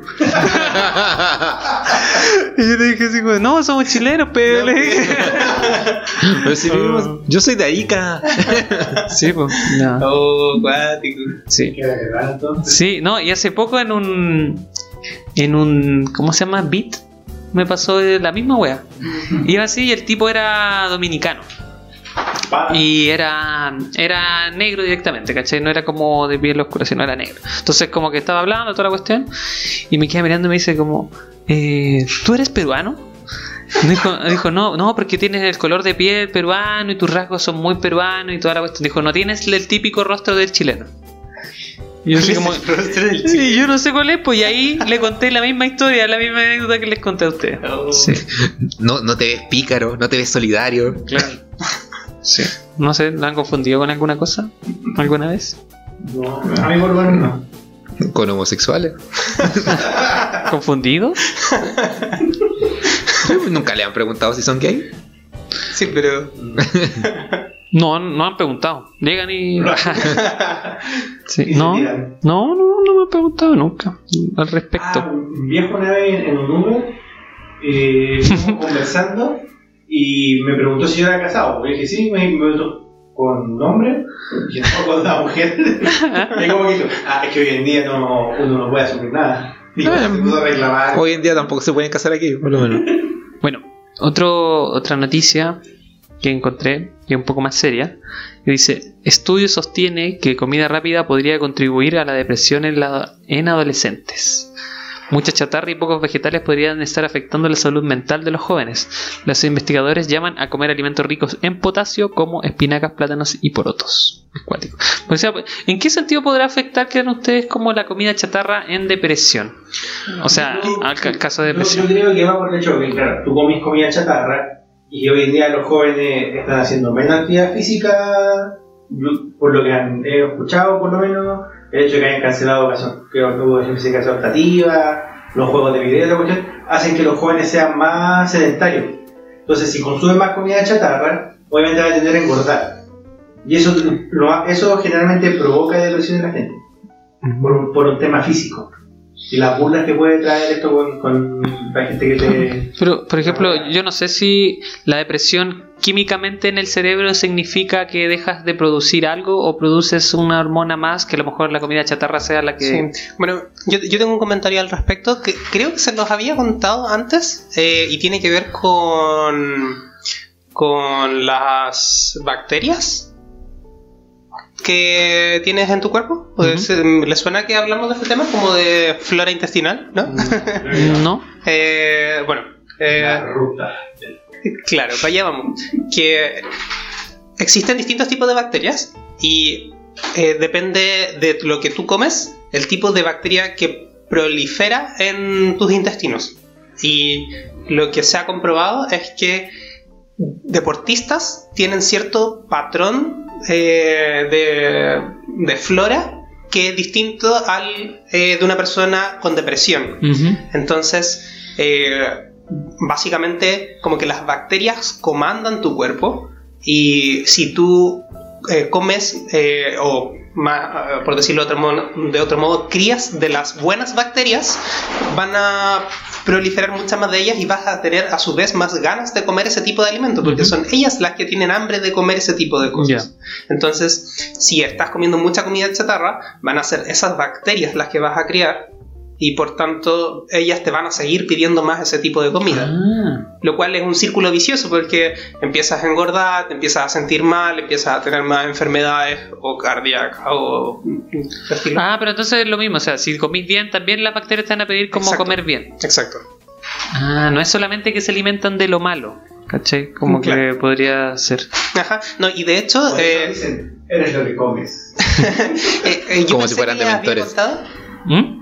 Y yo le dije así como, no, somos chilenos, pero le dije. Pero si vivimos- yo soy de Arica. Sí, pues, no. Oh, cuático. Sí. ¿Qué era que raro, entonces? Sí, no, y hace poco en un. En un. ¿Cómo se llama? Beat. Me pasó la misma wea. Iba así y el tipo era dominicano. Pa. Y era. Era negro directamente, ¿cachai? No era como de piel oscura, sino era negro. Entonces, como que estaba hablando toda la cuestión. Y me queda mirando y me dice, como. Eh, ¿Tú eres peruano? Dijo, dijo no, no, porque tienes el color de piel peruano y tus rasgos son muy peruanos y toda la cuestión. Dijo, no tienes el típico rostro del chileno. Y yo así como, sí, yo no sé cuál es, pues y ahí le conté la misma historia, la misma anécdota que les conté a ustedes. Oh. Sí, No, no te ves pícaro, no te ves solidario. claro. Sí. No sé, ¿lo han confundido con alguna cosa? ¿Alguna vez? No, a mí por lo menos no. Con homosexuales. ¿Confundido? Nunca le han preguntado si son gay. Sí, pero... No, no han preguntado. Llegan y. Sí, Y se no, tiran. no, no, no me han preguntado nunca al respecto. Ah, un viejo una vez en un Uber, eh, estuvimos conversando y me preguntó si yo era casado. Porque dije, sí, me, me preguntó, con nombre y no con una mujer. Es como que, ah, es que hoy en día no, uno no puede asumir nada. Digo, Eh, se pudo reclamar. Hoy en día tampoco se pueden casar aquí, por lo menos. Bueno, otro, otra noticia que encontré, que es un poco más seria, que dice: estudio sostiene que comida rápida podría contribuir a la depresión en, la, en adolescentes. Mucha chatarra y pocos vegetales podrían estar afectando la salud mental de los jóvenes. Los investigadores llaman a comer alimentos ricos en potasio como espinacas, plátanos y porotos. Es cuático. O sea, ¿en qué sentido podrá afectar, creen ustedes, como la comida chatarra en depresión? O sea, Yo- al, al caso de yo, yo depresión. creo que va por el hecho que, claro, tú comes comida chatarra y hoy en día los jóvenes están haciendo menos actividad física, por lo que han he escuchado, por lo menos. El hecho de que hayan cancelado caso- que hubo clase optativa, los juegos de video, la cuestión, hacen que los jóvenes sean más sedentarios. Entonces, si consumen más comida chatarra, obviamente van a tender a engordar. Y eso, lo- eso generalmente provoca depresión en la gente, por un, por un tema físico. Y las burlas que puede traer esto con, con la gente que te... Pero, por ejemplo, yo no sé si la depresión químicamente en el cerebro significa que dejas de producir algo o produces una hormona más, que a lo mejor la comida chatarra sea la que... Sí. Bueno, yo, yo tengo un comentario al respecto que creo que se los había contado antes eh, y tiene que ver con, con las bacterias que tienes en tu cuerpo. Pues, eh, ¿le suena que hablamos de este tema como de flora intestinal? ¿No? ¿No? Eh, bueno, eh, La ruta. claro, para allá vamos. Que existen distintos tipos de bacterias y eh, depende de lo que tú comes, el tipo de bacteria que prolifera en tus intestinos. Y lo que se ha comprobado es que deportistas tienen cierto patrón eh, de, de flora que es distinto al eh, de una persona con depresión. Ujú. Entonces, eh, básicamente, como que las bacterias comandan tu cuerpo y si tú eh, comes eh, o, ma- por decirlo de otro, modo, de otro modo, crías de las buenas bacterias, van a proliferar muchas más de ellas y vas a tener a su vez más ganas de comer ese tipo de alimentos porque Ujú. son ellas las que tienen hambre de comer ese tipo de cosas. Entonces, si estás comiendo mucha comida chatarra, van a ser esas bacterias las que vas a criar y por tanto ellas te van a seguir pidiendo más ese tipo de comida. Ah. Lo cual es un círculo vicioso porque empiezas a engordar, te empiezas a sentir mal, empiezas a tener más enfermedades o cardíacas o de estilo. Ah, pero entonces es lo mismo. O sea, si comís bien, también las bacterias te van a pedir cómo Exacto. comer bien. Exacto. Ah, no es solamente que se alimentan de lo malo, ¿cachai? Como que Claro. podría ser. Ajá. No, y de hecho, Por eso eh, dicen, eres lo que comes. eh, eh, yo Como pensé si fueran que les había dementores. contado- ¿Mm?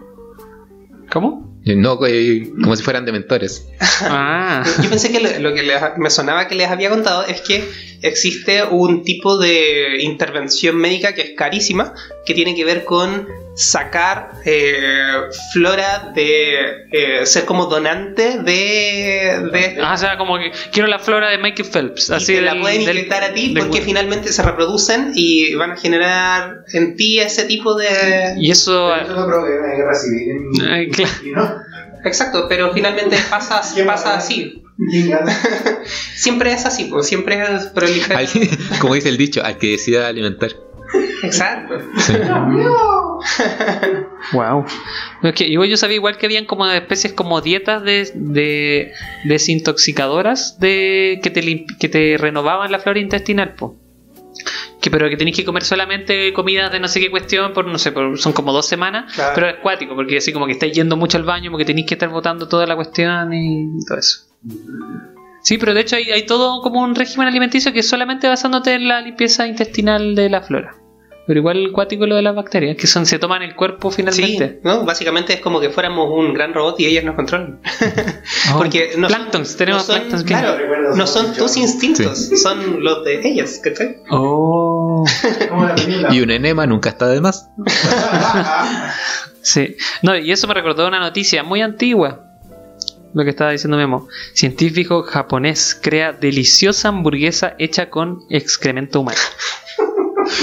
¿Cómo? No, eh, como si fueran dementores. Ah. Yo pensé que lo, lo que les- me sonaba que les había contado es que existe un tipo de intervención médica que es carísima, que tiene que ver con sacar eh, flora de eh, ser como donante de, de Ah, o sea, como que quiero la flora de Michael Phelps. y Así te la del- pueden del- inyectar a ti del- porque finalmente se reproducen y van a generar en ti ese tipo de... Y eso. Eso no provoca una guerra civil. en- Ay, claro. y no. Exacto, pero finalmente pasa, ¿Quién pasa gana? así. ¿Quién gana? Siempre es así, pues siempre es proliferar. Al- como dice el dicho, al que decida alimentar. Exacto. Sí. Wow. Es que igual yo sabía igual que habían como especies como dietas de, de desintoxicadoras de que te limp- que te renovaban la flora intestinal, po. Que pero que tenéis que comer solamente comidas de no sé qué cuestión por no sé, por, son como dos semanas, Claro. pero es cuático porque así como que estáis yendo mucho al baño porque tenéis que estar botando toda la cuestión y todo eso. Sí, pero de hecho hay, hay todo como un régimen alimenticio que es solamente basándote en la limpieza intestinal de la flora. Pero igual cuático lo de las bacterias, que son se toman el cuerpo Sí, finalmente. ¿no? Básicamente es como que fuéramos un gran robot y ellas nos controlan. Oh, Porque no son- Planktons, tenemos no son, planktons que- claro, Recuerdo no su son tus función. instintos, son los de ellas, ¿cachai? Oh. Como la película. Y un enema nunca está de más. Sí. No, y eso me recordó una noticia muy antigua. Lo que estaba diciendo Memo. Científico japonés crea deliciosa hamburguesa hecha con excremento humano.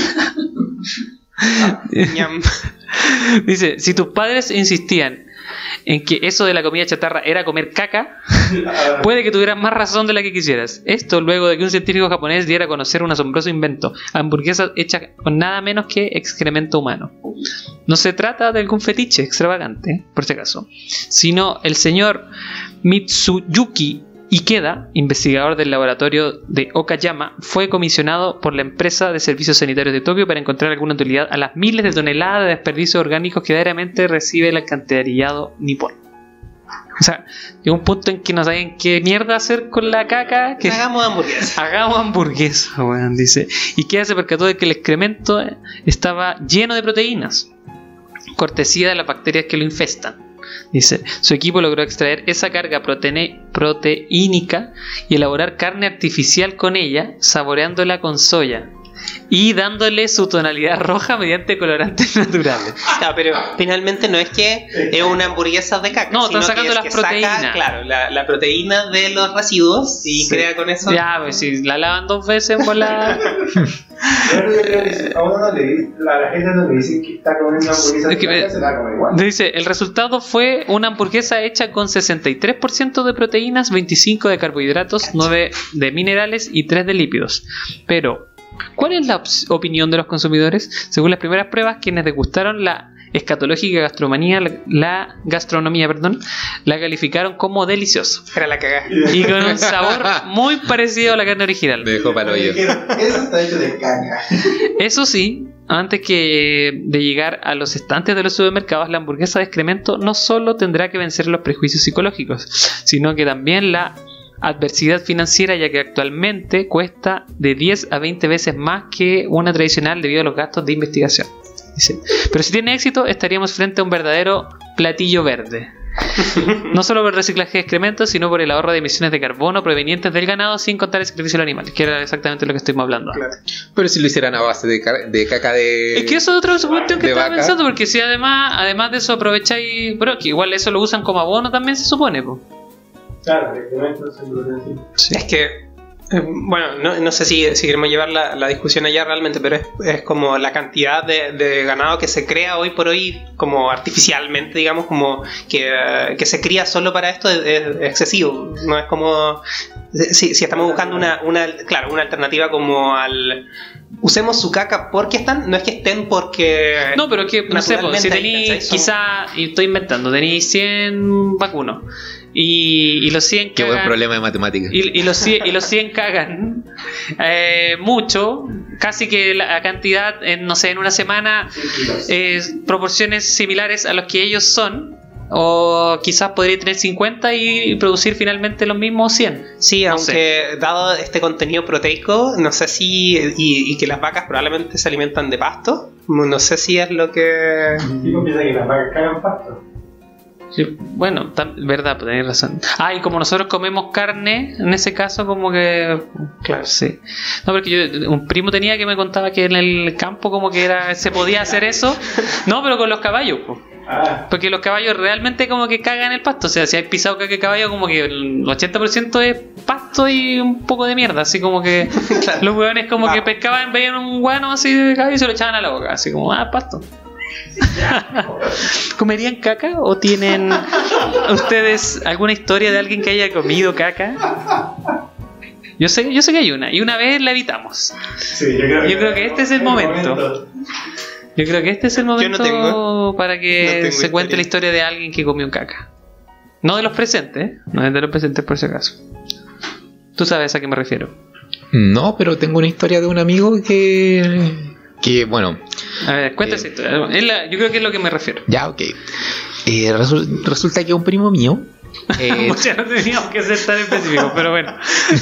Ñam. Dice, si tus padres insistían en que eso de la comida chatarra era comer caca, puede que tuvieras más razón de la que quisieras. Esto luego de que un científico japonés diera a conocer un asombroso invento: hamburguesas hechas con nada menos que excremento humano. No se trata de algún fetiche extravagante, por si acaso, sino el señor Mitsuyuki Ikeda, investigador del laboratorio de Okayama, fue comisionado por la empresa de servicios sanitarios de Tokio para encontrar alguna utilidad a las miles de toneladas de desperdicios orgánicos que diariamente recibe el alcantarillado nipón. O sea, llega un punto en que no saben qué mierda hacer con la caca. Que hagamos hamburguesa. Hagamos hamburguesa, bueno, dice. Ikeda se percató de que el excremento estaba lleno de proteínas, cortesía de las bacterias que lo infestan. Dice, su equipo logró extraer esa carga proteine, proteínica y elaborar carne artificial con ella, saboreándola con soya y dándole su tonalidad roja mediante colorantes naturales. Ah, pero finalmente no es que es una hamburguesa de caca. No, están sacando que las que proteínas. Saca, claro, la, la proteína de los residuos y Sí. crea con eso. Ya, pues si la lavan dos veces, pues la... Pero yo creo que a uno no le dice, a la gente no le dicen que está comiendo una hamburguesa Es que de me- caca, se la va a comer igual. Dice, el resultado fue una hamburguesa hecha con sesenta y tres por ciento de proteínas, veinticinco de carbohidratos, nueve de minerales y tres de lípidos. Pero, ¿cuál es la ops- opinión de los consumidores? Según las primeras pruebas, quienes degustaron la escatológica gastronomía, la, la gastronomía, perdón, la calificaron como delicioso Era la cagada. y con un sabor muy parecido a la carne original. Me dejó para el hoyo. Eso está hecho de caca. Eso sí, antes que de llegar a los estantes de los supermercados, la hamburguesa de excremento no solo tendrá que vencer los prejuicios psicológicos, sino que también la adversidad financiera, ya que actualmente cuesta de diez a veinte veces más que una tradicional debido a los gastos de investigación. Dice, pero si tiene éxito, estaríamos frente a un verdadero platillo verde. No solo por el reciclaje de excrementos, sino por el ahorro de emisiones de carbono provenientes del ganado, sin contar el sacrificio de los animales, que era exactamente lo que estuvimos hablando. Pero si lo hicieran a base de, ca- de caca de. Es que eso es otra cuestión que de estaba vaca. pensando, porque si además además de eso aprovecháis, pero que igual eso lo usan como abono también se supone, po. Claro, el excremento se lo Sí. Es que, eh, bueno, no, no sé si, si queremos llevar la, la discusión allá realmente, pero es, es como la cantidad de, de ganado que se crea hoy por hoy, como artificialmente, digamos, como que, eh, que se cría solo para esto, es, es excesivo. No es como. Si, si estamos buscando una, una, claro, una alternativa como al. Usemos su caca porque están, no es que estén porque. No, pero es que, no sé, po, si naturalmente ahí, tenéis, ¿cachai? Son- quizá, y estoy inventando, tenéis cien vacunos y, y los cien Qué buen cagan, problema de matemáticas. y, y los cien, y los cien cagan eh, mucho, casi que la cantidad, en, no sé, en una semana, eh, proporciones similares a los que ellos son, o quizás podría tener cincuenta y producir finalmente los mismos cien. Sí, No aunque dado este contenido proteico, no sé si. Y, y que las vacas probablemente se alimentan de pasto, no sé si es lo que. Tipo piensa que las vacas cagan pasto. Sí, bueno, tam- verdad, pues tenéis razón. Ah, y como nosotros comemos carne, en ese caso como que... Claro, sí. No, porque yo, un primo tenía que me contaba que en el campo como que era se podía hacer eso. No, pero con los caballos, pues. Ah, Porque los caballos realmente como que cagan el pasto. O sea, si hay pisado caca de caballo, como que el ochenta por ciento es pasto y un poco de mierda. Así como que Claro. los hueones como Ah. que pescaban, veían un guano así de caballo y se lo echaban a la boca. Así como, ah, pasto. ¿Comerían caca o tienen ustedes alguna historia de alguien que haya comido caca? Yo sé, yo sé que hay una, y una vez la evitamos. sí, yo creo que, Yo creo que este es el momento. Yo creo que este es el momento no tengo. para No que tengo se cuente historia. la historia de alguien que comió un caca. No de los presentes, ¿eh? No es de los presentes por si acaso. Tú sabes a qué me refiero. No, pero tengo una historia de un amigo que. Que, bueno, A ver, cuenta Eh. esa historia. Es la- yo creo que es lo que me refiero. ya, ok. Eh, resu- resulta que un primo mío. eh, O sea, no teníamos que ser tan específicos, pero bueno.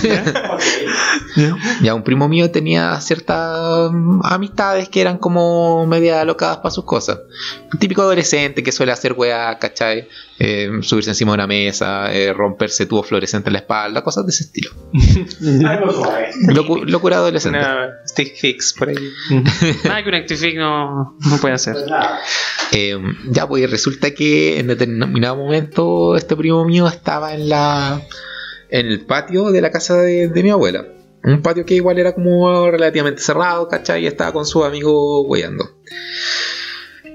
Ya, un primo mío tenía ciertas mm, amistades que eran como media alocadas para sus cosas. Un típico adolescente que suele hacer weá, ¿cachai? Eh, subirse encima de una mesa, eh, romperse tubo fluorescente en la espalda, cosas de ese estilo. Algo suave. Locu- locura adolescente. Una stick fix por ahí. Nada que un Actific no, no puede hacer. Pues nada. Eh, ya, pues resulta que en determinado momento este primo mío estaba en la en el patio de la casa de, de mi abuela. Un patio que igual era como relativamente cerrado, ¿cachai? Y estaba con su amigo weyando.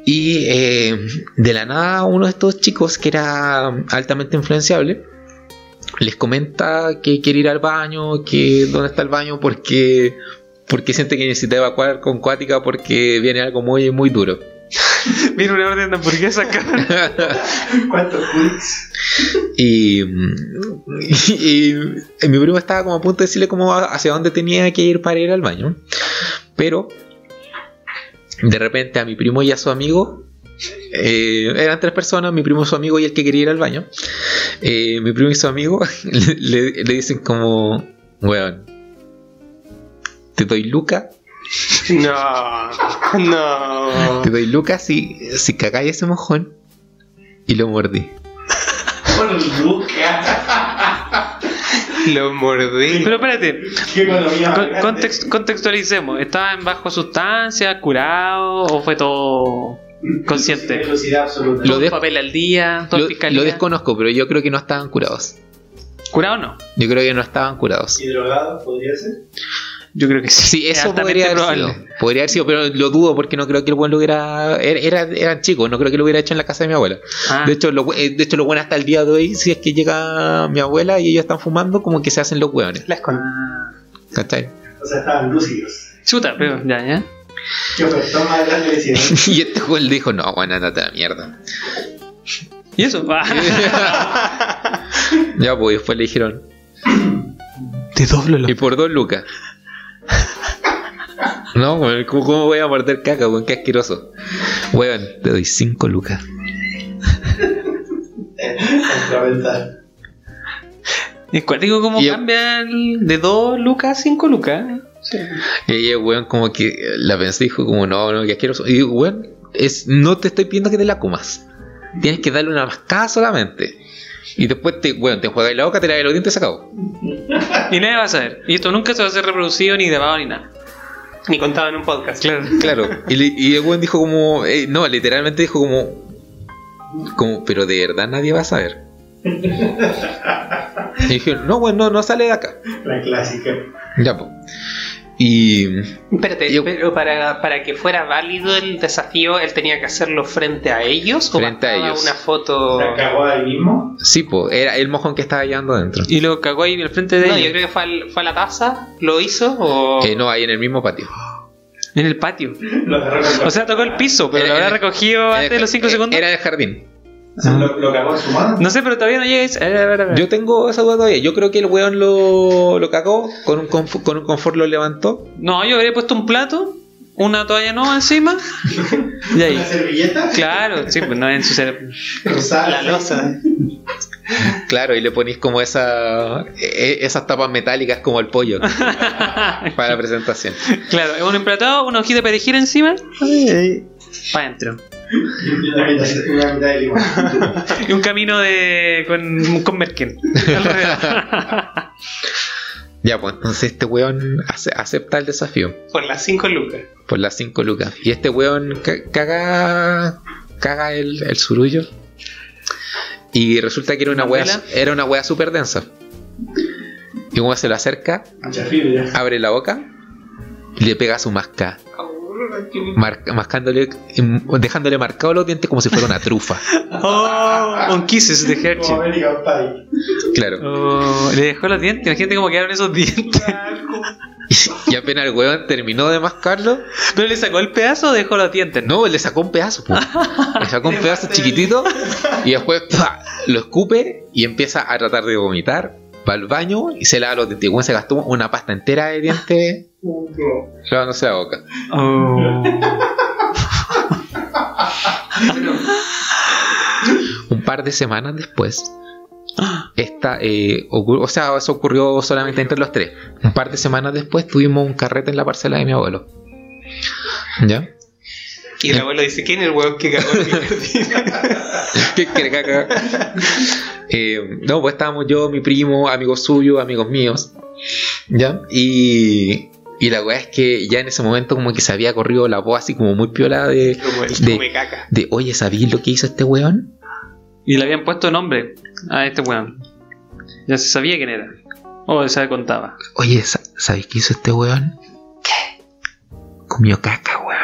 Y eh, de la nada uno de estos chicos que era altamente influenciable les comenta que quiere ir al baño, que dónde está el baño porque, porque siente que necesita evacuar con Cuática porque viene algo muy, muy duro. Viene una orden de hamburguesa acá. ¿Cuántos clics? Y, y, y mi primo estaba como a punto de decirle como hacia dónde tenía que ir para ir al baño. Pero de repente a mi primo y a su amigo, eh, eran tres personas, mi primo, su amigo y el que quería ir al baño. Eh, mi primo y su amigo le, le, le dicen como, weón, te doy Luca. No, no. Te doy Luca si, si cagáis ese mojón. Y lo mordí. Con Luca. Lo mordí. Pero espérate, Qué economía más con- grande. context- contextualicemos. ¿Estaba en bajo sustancia, curado o fue todo consciente? Velocidad absoluta. Lo Todo de- papel al día, todo Lo, fiscalía. lo desconozco, pero yo creo que no estaban curados. ¿Curado no? Yo creo que no estaban curados. ¿Y drogado podría ser? Yo creo que sí. Sí, Es eso altamente podría haber probable. sido. Podría haber sido, pero lo dudo porque no creo que el buen lo hubiera. Era, era- eran chicos, no creo que lo hubiera hecho en la casa de mi abuela. Ah, De hecho, lo, eh, de hecho, lo bueno hasta el día de hoy, si es que llega mi abuela y ellos están fumando, como que se hacen los hueones. La escondí. ah. ¿Cachai? O sea, estaban lúcidos. Chuta, pero ya, ya. ¿Qué ofertón más grande le hicieron? Y este juego le dijo, no, bueno, andate a la mierda. ¿Y eso? Ah. Ya, pues después le dijeron, Te doblo los... y por dos lucas. No, weón, ¿cómo, cómo voy a morder caca, weón? Qué asqueroso. Weón, te doy cinco lucas. Contraventar. Es cuático cómo Y yo- cambian de dos lucas a cinco lucas. Sí. Y el weón como que la pensé y dijo como, no, no, qué asqueroso. Y digo, weón, es, no te estoy pidiendo que te la comas. Tienes que darle una mascada solamente. Y después te, weón, te enjuagas la boca, te lavas los dientes y se acabó. Y nadie va a saber. Y esto nunca se va a hacer reproducido, ni grabado, ni nada. Ni contado en un podcast. Claro. Claro. Y, le- y el weón dijo como, eh, no, literalmente dijo como, como, pero de verdad nadie va a saber. Y dije, no, weón, no, no sale de acá. La clásica. Ya, pues. Y Espérate, Yo- pero para, para que fuera válido el desafío, él tenía que hacerlo frente a ellos Frente o a bastaba ellos. una foto. ¿La cagó ahí mismo? sí, pues, era el mojón que estaba llevando adentro. Y lo cagó ahí al frente de No, ellos. yo creo que fue, al- fue a la taza, lo hizo o. Eh, no, ahí en el mismo patio. En el patio. Lo agarró con O sea, tocó el piso, pero lo Era- habrá recogido antes de los cinco segundos. Era en el jardín. ¿Lo, lo cagó en su mano? No sé, pero todavía no llega a ese- a ver, a ver, a ver. Yo tengo esa duda todavía. Yo creo que el weón lo, lo cagó, con un, conf- con un confort lo levantó. No, yo habría puesto un plato, una toalla nueva encima. Y ahí. ¿Una servilleta? Claro, sí, pues no en su cerebro. Rosada. La losa. Claro, y le ponís como esa, e- esas tapas metálicas como el pollo para la presentación. Claro, un emplatado, una hojita de perejil encima. Para adentro. Y una mitad, una mitad de limón. Y un camino de con, con Merken. Alrededor. Ya, pues entonces este weón ace- acepta el desafío Por las cinco lucas. por las cinco lucas. Y este weón ca- caga, caga el, el surullo. Y resulta que era una ¿Una wea, vela? era una wea súper densa. Y como se lo acerca, Mucha fibra. abre la boca y le pega su masca, mar- mascándole, em, dejándole marcados los dientes como si fuera una trufa. Oh, un kisses de Como Hershey. American Pie. Claro. Oh, le dejó los dientes. Imagínate cómo quedaron esos dientes. Y apenas el weón terminó de mascarlo, ¿Pero le sacó el pedazo o dejó los dientes? no, le sacó un pedazo, po. Le sacó un pedazo chiquitito y después ¡pah! Lo escupe y empieza a tratar de vomitar. Va al baño y se lava los dientes. El weón se gastó una pasta entera de dientes lavándose la boca. Oh. Un par de semanas después, esta, eh, ocur- o sea, eso ocurrió solamente entre los tres. Un par de semanas después tuvimos un carrete en la parcela de mi abuelo. ¿Ya? Y el abuelo dice: ¿Quién es el hueón que cagó en mi jardín? ¿Qué quiere caca? Eh, no, pues estábamos yo, mi primo, amigos suyos, amigos míos. ¿Ya? Y, y la weá es que ya en ese momento como que se había corrido la voz así como muy piola de, Como el De- come caca. de oye, ¿sabéis lo que hizo este weón? Y le habían puesto nombre a este weón. Ya se sabía quién era. O se contaba. Oye, sa- ¿sabéis qué hizo este weón? ¿Qué? Comió caca, weón.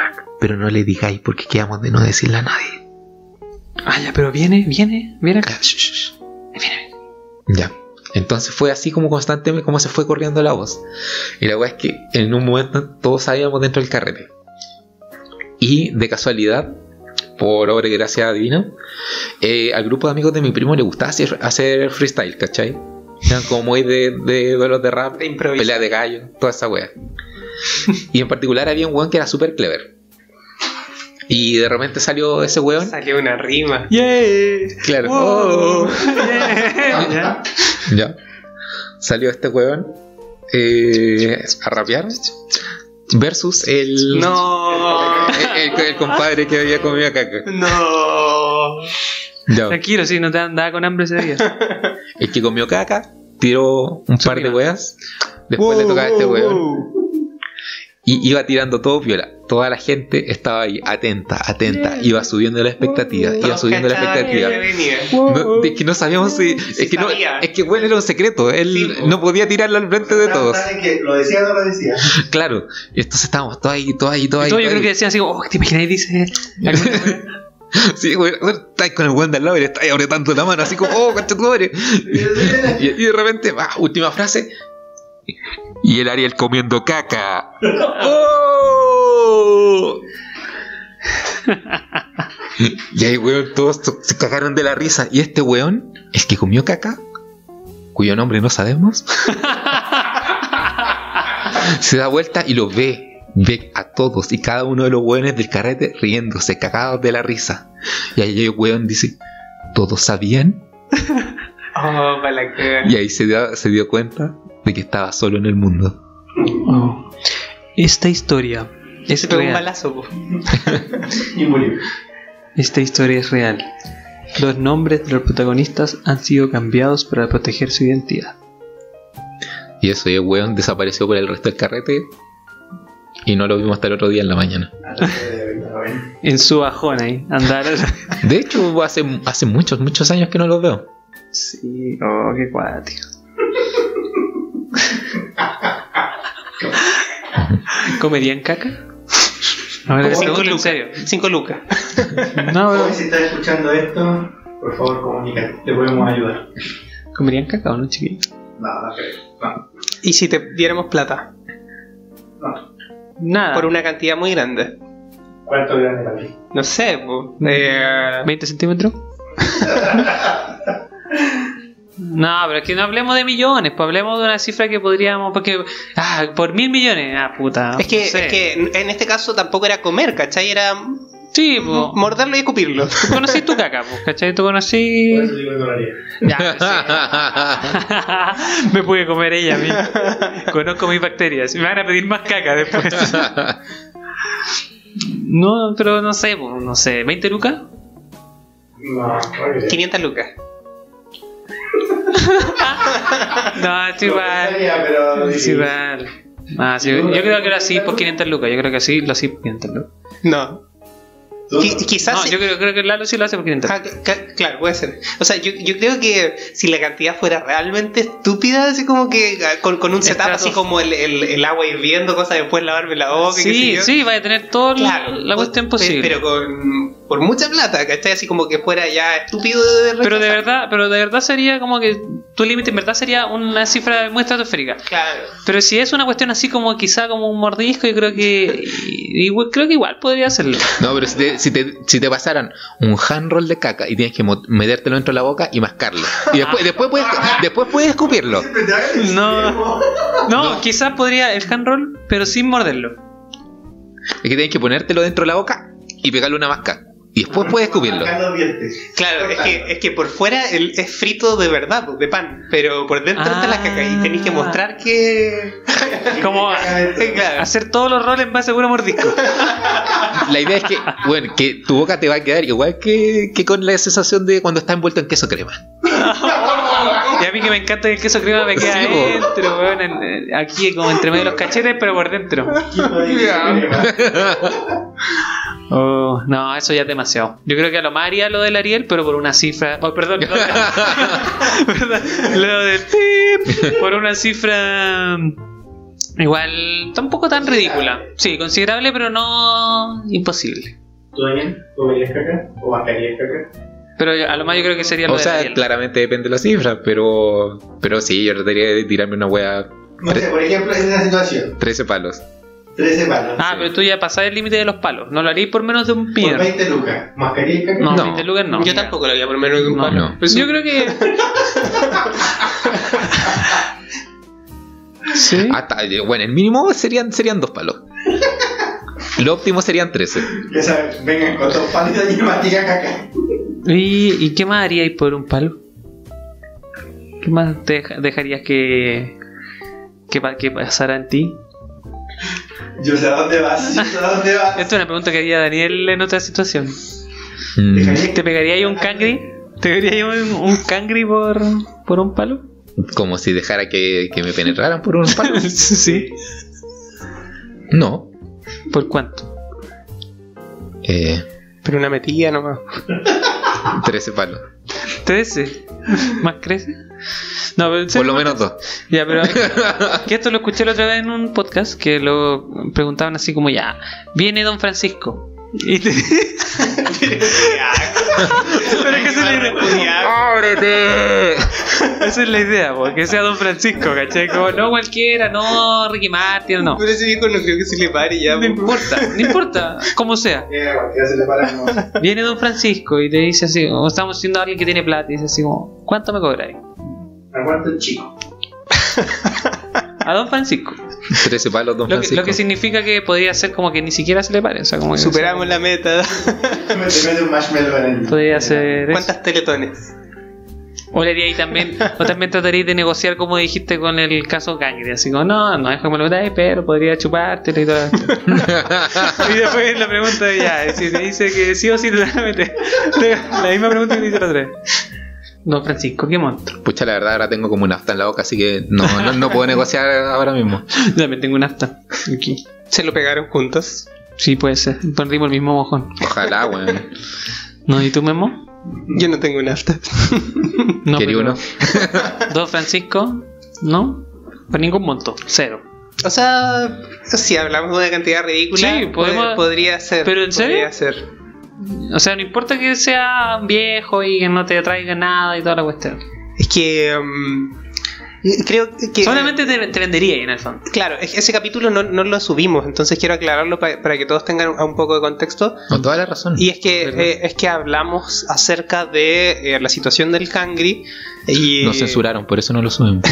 pero no le digáis porque quedamos de no decirle a nadie. Ah, ya, pero viene, viene, viene acá. Shh, shh, shh. Viene. Ya. Entonces fue así como constantemente como se fue corriendo la voz. Y la weá es que en un momento todos sabíamos dentro del carrete. Y de casualidad, por obra y gracia divina, eh, al grupo de amigos de mi primo le gustaba hacer, hacer freestyle, ¿cachai? Eran como muy de, de duelos de rap, De improviso. pelea de gallo, toda esa weá. Y en particular había un weón que era súper clever. Y de repente salió ese weón. Salió una rima. Yeah. Claro. Wow. Oh. Yeah. Ya. Ya. Salió este weón eh, a rapear versus el, No. el, el, el compadre que había comido caca. No. Ya. Tranquilo, si no te andaba con hambre ese día. El que comió caca tiró un par de rima. weas. Después le tocaba a este weón. Y iba tirando todo piola. Toda la gente estaba ahí, atenta, atenta. Iba subiendo la expectativa, iba Todos subiendo la cachaban expectativa. que venía. No, es que no sabíamos si. Es que, no, sabía. es que bueno, era un secreto. Él Sí, po. no podía tirarlo al frente de todos. ¿Saben que lo decía o no lo decía? Claro. Y entonces estábamos todos ahí, todos ahí, todos Y ahí. todo yo todos creo que ahí. decían así como, oh, ¿te imaginas? Y dice alguna wea. Sí, güey, estáis con el weón de al lado y le estáis apretando la mano así como, oh, concha tu madre. Y, y de repente, va, última frase. Y el Ariel comiendo caca. ¡Oh! Y ahí, weón, todos se cagaron de la risa. Y este weón, el que comió caca, cuyo nombre no sabemos, se da vuelta y lo ve. Ve a todos y cada uno de los weones del carrete riéndose, cagados de la risa. Y ahí el weón dice, ¿todos sabían? Oh, para la que. Y ahí se dio, se dio cuenta de que estaba solo en el mundo. Oh. Esta historia es Se pegó un real. balazo, po. Y murió. Esta historia es real. Los nombres de los protagonistas han sido cambiados para proteger su identidad. Y eso, y el weón desapareció por el resto del carrete. Y no lo vimos hasta el otro día en la mañana. En su bajón ahí, andar. De hecho, hace, hace muchos, muchos años que no los veo. Sí, oh, qué cuático. ¿Comerían caca? Ahora le Cinco pregunto en lucas. serio. Cinco lucas. No, Hoy, bro. si estás escuchando esto, por favor comunícate, te podemos ayudar. ¿Comerían caca o no, chiquillos? No, no creo. No, ¿Y si te diéramos plata? no. Nada. Por una cantidad muy grande. ¿Cuánto grande para ti? No sé, po. Eh, ¿veinte centímetros? No, pero es que no hablemos de millones, pues hablemos de una cifra que podríamos. Porque. Ah, por mil millones. Ah, puta. es, que, no sé. es que en este caso tampoco era comer, ¿cachai? Era Sí, pues. morderlo y escupirlo. Tú conocí tu caca, pues, ¿cachai? Tú Por conocí. eso digo que no lo haría. Ya, sí. Me puede comer ella a mí. Conozco mis bacterias. Me van a pedir más caca después. No, pero no sé, pues, no sé. ¿veinte lucas? No, oye. quinientas lucas. No, es Lo igual. pensaría, pero Es difícil. igual. Ah, sí, yo creo que lo así por quinientas lucas. Yo creo que así lo así por quinientas lucas. No. ¿Tú? Qui- quizás. No, sí- yo creo, creo que Lalo sí lo hace por quinientas. Ah, ca- claro, puede ser. O sea, yo, yo creo que si la cantidad fuera realmente estúpida, así como que ah, con, con un setup Estratos- así como el, el, el agua hirviendo, cosas después lavarme la boca y qué sé Sí, yo. sí, va a tener toda Claro, la cuestión pe- posible. Pero con por mucha plata, ¿cachai? Así como que fuera ya estúpido de Pero de rechazar. verdad, pero de verdad sería como que tu límite en verdad sería una cifra muy estratosférica. Claro. Pero si es una cuestión así como quizá como un mordisco, yo creo que igual, creo que igual podría hacerlo. No, pero si te, si, te, si te pasaran un handroll de caca y tienes que mo- metértelo dentro de la boca y mascarlo. Y después, después, puedes, después puedes escupirlo. Siempre te hagas el No. extremo. No, quizás podría el hand roll, pero sin morderlo. Es que tienes que ponértelo dentro de la boca y pegarle una masca. Y después puedes escupirlo. Sacar los dientes. Claro, es que, es que por fuera el, es frito de verdad, pues, de pan, pero por dentro está la caca y tenéis que mostrar que... Como Claro. hacer todos los roles en base a puro mordisco. La idea es que, bueno, que tu boca te va a quedar igual que, que con la sensación de cuando está envuelto en queso crema. Y a mí que me encanta que el queso crema me queda Sí, po. dentro, weón, en- en- aquí como entre medio de los cachetes, pero por dentro. Oh, no, eso ya es demasiado. Yo creo que a lo más haría lo del Ariel, pero por una cifra. Oh, perdón, lo, perdón, lo del pip, por una cifra Igual, tampoco tan ridícula. Sí, considerable, pero no imposible. ¿Tú, Daniel? ¿Comerías caca? ¿O mascarías caca? Pero a lo más yo creo que sería lo O de sea, Daniel. claramente depende de la cifra, pero pero sí, yo trataría de tirarme una wea No sé, por ejemplo, en una situación, trece palos. trece palos. Ah, Sí. pero tú ya pasás el límite de los palos. No lo harías por menos de un Por millón. veinte lucas. ¿Mascarías caca? No, No. veinte lucas no. Yo tampoco lo haría por menos de un No, palo. no. Pues Yo creo que. ¿Sí? Hasta, bueno, el mínimo serían, serían dos palos. Lo óptimo serían trece. Ya sabes, vengan con dos palos y mastica caca. ¿Y, ¿Y qué más haríais por un palo? ¿Qué más te deja- dejarías que, que, pa- que pasara en ti? Yo sé a dónde vas, yo sé a dónde vas. Esta es una pregunta que haría Daniel en otra situación. Mm, Dejaría- ¿Te pegaría ahí un cangri? ¿Te pegaría ahí un, un cangri por, por un palo? como si dejara que, que me penetraran por un palo. Sí. No. ¿Por cuánto? Eh, Pero una metilla nomás. trece palos. ¿trece? ¿Más crece? No, pero en Por serio, lo menos dos. Ya, pero que esto lo escuché la otra vez en un podcast que lo preguntaban así como ya, viene Don Francisco. Y te... Pero es que esa es la idea. ¡Ábrete! Esa es la idea, po, que sea Don Francisco, ¿cachai? Como no cualquiera, no Ricky Martin, no. Pero ese viejo no creo que se le pare ya. No importa, no importa, como sea. Eh, cualquiera se le para no. Viene Don Francisco y te dice así, o estamos siendo alguien que tiene plata y dice así como, ¿cuánto me cobráis? Aguanta el chico. A Don Francisco. trece palos, don Lo que, Francisco. lo que significa que podría ser como que ni siquiera se le pare, o sea, como que Superamos la meta. Me te mete un marshmallow en el. podría ser eso. ¿Cuántas teletones? O le haría ahí también, o también trataría de negociar como dijiste con el caso Gangri, así como, no, no es como lo metáis, pero podría chupártelo y todo esto. Y después la pregunta de ya, si te dice que sí o sí te la metes. La misma pregunta que te hice la otra vez. Don Francisco, qué monstruo. Pucha, la verdad, ahora tengo como un afta en la boca, así que no, no, no puedo negociar ahora mismo. Yo también tengo un afta aquí. ¿Se lo pegaron juntos? Sí, puede ser. Perdimos el mismo mojón. Ojalá, weón. ¿No? ¿Y tú, Memo? Yo no tengo un afta. No. ¿Quería pero- uno? Don Francisco, ¿no? Por ningún monto, cero. O sea, si hablamos de una cantidad ridícula, Sí, podemos- pod- podría ser. ¿Pero en serio? Podría ser. O sea, no importa que sea viejo y que no te traiga nada y toda la cuestión. Es que. um, creo que. Solamente te, te vendería ahí en el fondo. Claro, es que ese capítulo no, no lo subimos, entonces quiero aclararlo pa- para que todos tengan un poco de contexto. Con toda la razón. Y es que Perdón. eh, es que hablamos acerca de eh, la situación del Cangri y, Nos censuraron, por eso no lo subimos.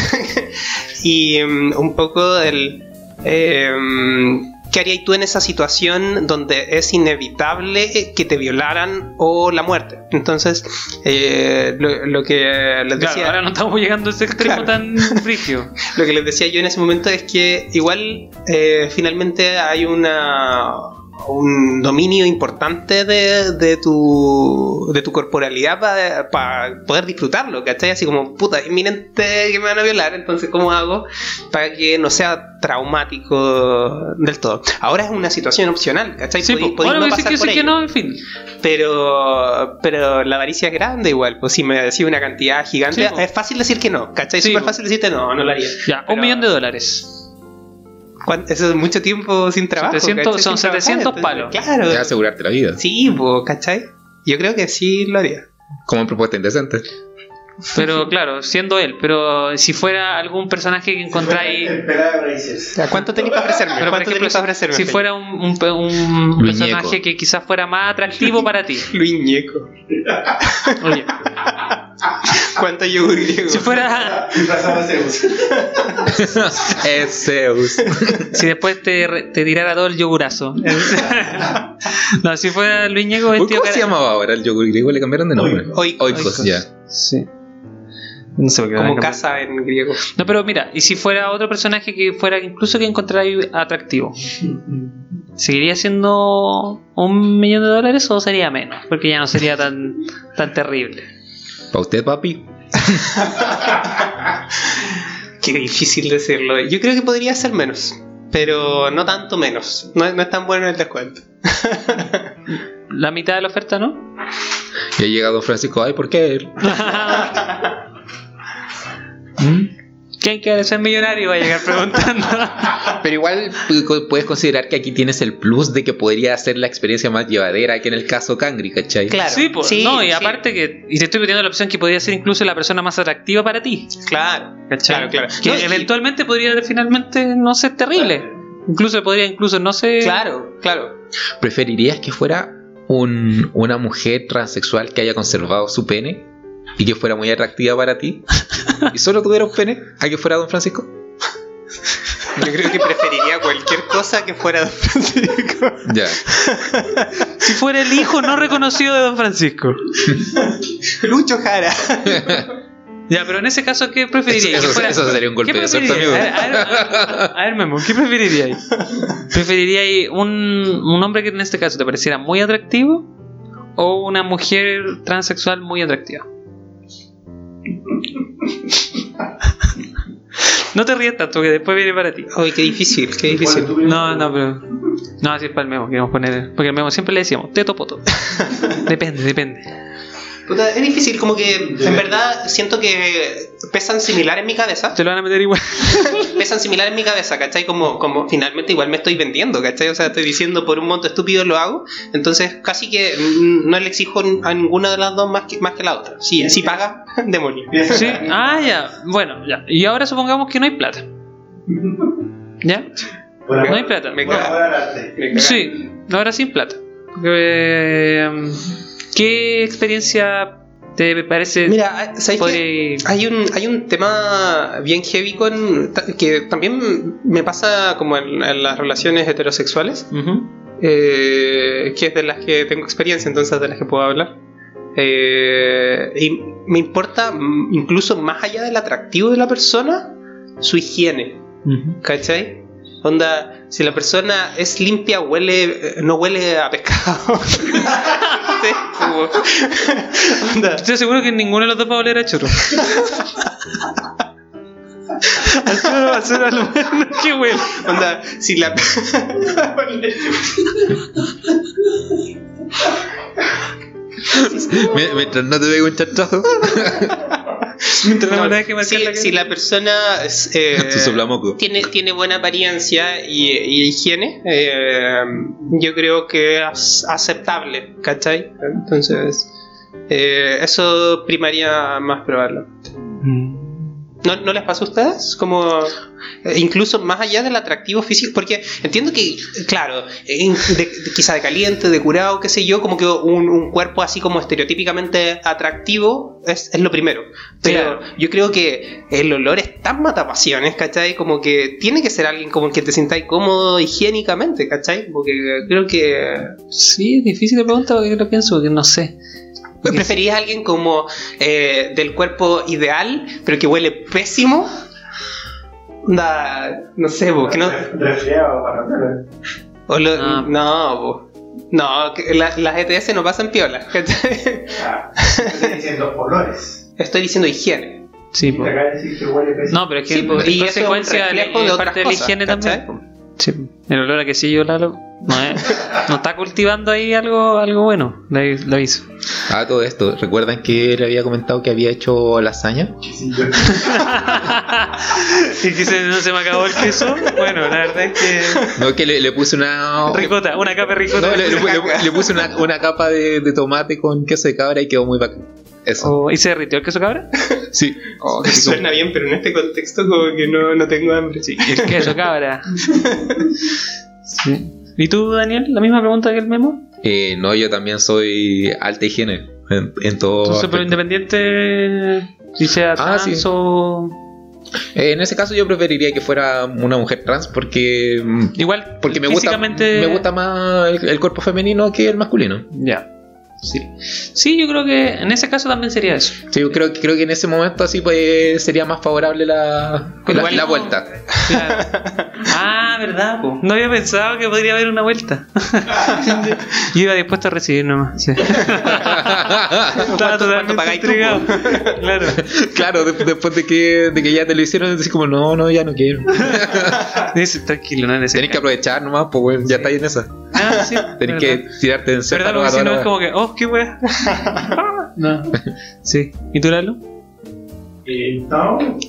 y um, un poco del eh, um, ¿qué harías tú en esa situación donde es inevitable que te violaran o la muerte? Entonces, eh, lo, lo que les decía, Claro, ahora no estamos llegando a ese extremo Claro. tan frigio. lo que les decía yo en ese momento es que igual eh, finalmente hay una un dominio importante de, de tu de tu corporalidad para poder disfrutarlo, ¿cachai? Así como, puta, es inminente que me van a violar, entonces ¿cómo hago para que no sea traumático del todo? Ahora es una situación opcional, ¿cachai? Sí, Podí- pues, podí ahora no me decís pasar que por sí que ello. no, en fin. Pero, pero la avaricia es grande igual, pues si me decís una cantidad gigante, Sí, pues. es fácil decir que no, ¿cachai? Sí, Súper pues. fácil decirte no, no lo haría. Ya, Pero- un millón de dólares. ¿Cuánto? Eso es mucho tiempo sin trabajo. setecientos ¿cachai? son Sin trabajar, setecientos entonces, palos. Claro. Es asegurarte la vida. Sí, pues, ¿cachai? Yo creo que sí lo haría. Como propuesta indecente. Pero claro, siendo él. Pero si fuera algún personaje que encontráis. El pelado de Brazers. O sea, ¿cuánto tenéis para ofrecerme? Pero por ¿Cuánto ejemplo, tenéis para ofrecerme? si fuera un, un, pe- un Luis personaje Ñeco. que quizás fuera más atractivo para ti. Luis Ñeco. Oye, ¿Cuánto yogur griego? si fuera. Disfrazado de Zeus. Es Zeus. Si después te, re- te tirara todo el yogurazo. No, si fuera Luis Ñeco Uy, vestido ¿Cómo se cara- llamaba ahora el yogur griego? Le cambiaron de nombre. Oikos. Oikos, ya. Sí. No sé por qué Como van a cambiar. casa en griego. No, pero mira, y si fuera otro personaje que fuera incluso que encontráis atractivo, ¿seguiría siendo un millón de dólares o sería menos? Porque ya no sería tan, tan terrible. ¿Para usted, papi? Qué difícil decirlo. Yo creo que podría ser menos. Pero no tanto menos. No, es- no es tan bueno el descuento. La mitad de la oferta, ¿no? Y ha llegado Francisco. Ay, ¿por qué él? ¿Mm? ¿Quién quiere ser millonario? Va a llegar preguntando. Pero igual pu- puedes considerar que aquí tienes el plus de que podría hacer la experiencia más llevadera que en el caso Kangri, ¿cachai? Claro. Sí, pues, Sí, no, y sí. aparte que. Y te estoy pidiendo la opción que podría ser incluso la persona más atractiva para ti. Claro, ¿Cachai? claro, claro. Que No, y- eventualmente podría finalmente no ser terrible. Incluso podría incluso no ser. Claro, claro. ¿Preferirías que fuera un, una mujer transexual que haya conservado su pene y que fuera muy atractiva para ti y solo tuviera un pene a que fuera Don Francisco? Yo creo que preferiría cualquier cosa que fuera Don Francisco. Ya. Si fuera el hijo no reconocido de Don Francisco. Lucho Jara. Ya, pero en ese caso, ¿qué preferirías? Eso- Que eso- fuera- eso sería un golpe ¿Qué de suerte, preferirías? amigo. A ver, a ver, a ver, Memo, ¿qué preferirías? ¿Preferirías un, un hombre que en este caso te pareciera muy atractivo o una mujer transexual muy atractiva? No te rías tanto, que después viene para ti. Uy, qué difícil, qué difícil. No, no, pero. No, así es para el Memo, queremos poner. Porque el Memo siempre le decíamos, teto poto. Depende, depende. Puta, es difícil, como que en verdad siento que pesan similar en mi cabeza. Te lo van a meter igual. Pesan similar en mi cabeza, ¿cachai? Como, como finalmente igual me estoy vendiendo, ¿cachai? O sea, estoy diciendo por un monto estúpido lo hago. Entonces casi que mm, no le exijo a ninguna de las dos más que, más que la otra. Si, si paga, demonio. Sí, ah, ya. Bueno, ya. Y ahora supongamos que no hay plata. ¿Ya? Por No amor- hay plata. Me por caga. amor al arte. Me caga. Sí, ahora sin plata. Eh, ¿Qué experiencia te parece? Mira, ¿sabes qué? podría- Hay un, hay un tema bien heavy con ta- que también me pasa como en, en las relaciones heterosexuales, Ujú. eh, que es de las que tengo experiencia, entonces de las que puedo hablar. Eh, y me importa mm, incluso más allá del atractivo de la persona, su higiene, Ujú. ¿cachai? Onda, si la persona es limpia, huele, eh, no huele a pescado. Sí, como- Onda, Estoy seguro que ninguno de los dos va a oler a churro. Al churro, al churro, a lo menos que huele. onda, si la Me- Mientras no te pegue un chachazo, Mientras no, No, me la deje marcar si, la si la persona es, eh, tu soplamoco. tiene, tiene buena apariencia y, y higiene, eh, yo creo que es aceptable, ¿cachai? Entonces, eh, eso primaría más probablemente. Mm. ¿No, ¿No les pasa a ustedes? Como eh, incluso más allá del atractivo físico, porque entiendo que, claro, en- de- de- quizá de caliente, de curado, qué sé yo, como que un, un cuerpo así como estereotípicamente atractivo es, es lo primero. Pero Claro. yo creo que el olor es tan matapasiones, ¿cachai? Como que tiene que ser alguien como el que te sientáis cómodo higiénicamente, ¿cachai? Porque creo que Sí, es difícil de preguntar porque lo pienso, porque no sé. ¿preferías a alguien como eh, del cuerpo ideal, pero que huele pésimo? Onda, no sé, bo, que no. Resfriado para hablar. O lo- Ah. No, bo. No, que la- las E T S no pasan piola, ¿cachai? Ah, estoy diciendo olores. Estoy diciendo higiene. Sí, Y po. acá decir que huele pésimo. No, pero es que Sí, po, en y eso es un consecuencia reflejo es de otras parte de la cosas, higiene ¿cachai? también. po. Sí, po. El olor a quesillo, Lalo, no, es- no está cultivando ahí algo, algo bueno, lo lo hizo. Ah, todo esto. ¿Recuerdan que le había comentado que había hecho lasaña? Sí, yo- ¿Y que se, no se me acabó el queso? Bueno, la verdad es que... No, que le, le puse una. Ricota, una capa de ricota. No, le, le- le- le puse una, una capa de, de tomate con queso de cabra y quedó muy bacán. Eso. Oh, ¿y se derritió el queso cabra? Sí. Oh, qué rico. Suena bien, pero en este contexto como que no, no tengo hambre. Sí, el queso cabra. Sí. ¿Y tú, Daniel? ¿La misma pregunta que el Memo? Eh, no, yo también soy alta higiene. En, en todo. Entonces, pero aspecto. independiente si sea Ah, trans sí. o... Eh, en ese caso yo preferiría que fuera una mujer trans porque mm, Igual, porque me gusta físicamente... me gusta más el, el cuerpo femenino que el masculino. Ya. Sí. Sí, yo creo que en ese caso también sería eso. Sí, yo creo, creo que en ese momento así pues sería más favorable la, la, Igual la no- vuelta. Claro. Ah, verdad, po. No había pensado que podría haber una vuelta. Yo iba dispuesto a recibir nomás. Sí. Estaba ¿Cuánto- totalmente cuánto pagáis tú, intrigado. po? Claro. Claro, de- después de que, de que ya te lo hicieron, decís como no, no, ya no quiero. Dice, tranquilo, no necesitas. Tenés que aprovechar nomás, pues bueno, ya estáis en esa. Ah, sí. Tenés ¿verdad? que tirarte en ¿Verdad? cerca Porque si no es como que, oh, qué wea. No. Sí. ¿Y tú, Lalo? Eh, no,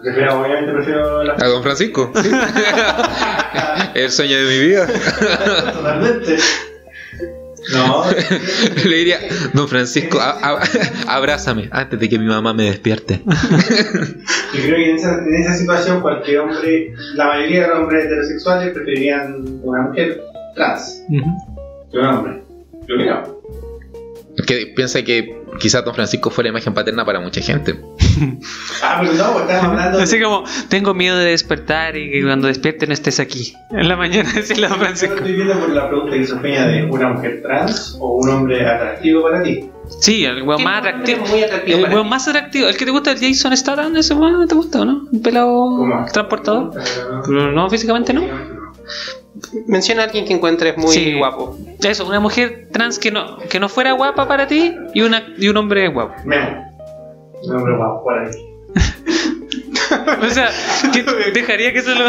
Prefiero, obviamente prefiero la... A Don Francisco, sí. El sueño de mi vida. Totalmente. No. Le diría, Don Francisco, a- a- abrázame antes de que mi mamá me despierte. Yo creo que en esa, en esa situación cualquier hombre, la mayoría de los hombres heterosexuales preferirían una mujer trans Ujú. que un hombre. Yo creo. Que piensa que quizás Don Francisco fue la imagen paterna para mucha gente. Ah, pero no, pues estamos hablando Así de... como, tengo miedo de despertar y que cuando despierte no estés aquí. En la mañana decirle a Don Yo Francisco. estoy viendo por la pregunta que hizo Peña de una mujer trans o un hombre atractivo para ti. Sí, el weón más atractivo. Muy atractivo El para weón ti. más atractivo. El que te gusta, el Jason Statham, ese weón, ¿te gusta o no? Un pelado ¿Cómo? transportador. Pero Pero no, físicamente no. Menciona a alguien que encuentres muy Sí. guapo. Eso, una mujer trans que no, que no fuera guapa para ti y, una, y un hombre guapo. Memo. Un hombre guapo para ti. O sea, que dejaría que se lo.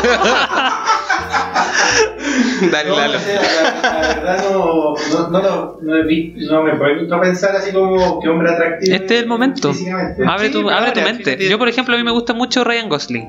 Dale, No, Lalo. o sea, la, la verdad no, no, no, no, no, he vi- no me puedo pensar así como que hombre atractivo. Este es el momento. Físicamente. Abre Sí, tu, pero abre tu ahora, mente. fíjate. Yo, por ejemplo, a mí me gusta mucho Ryan Gosling.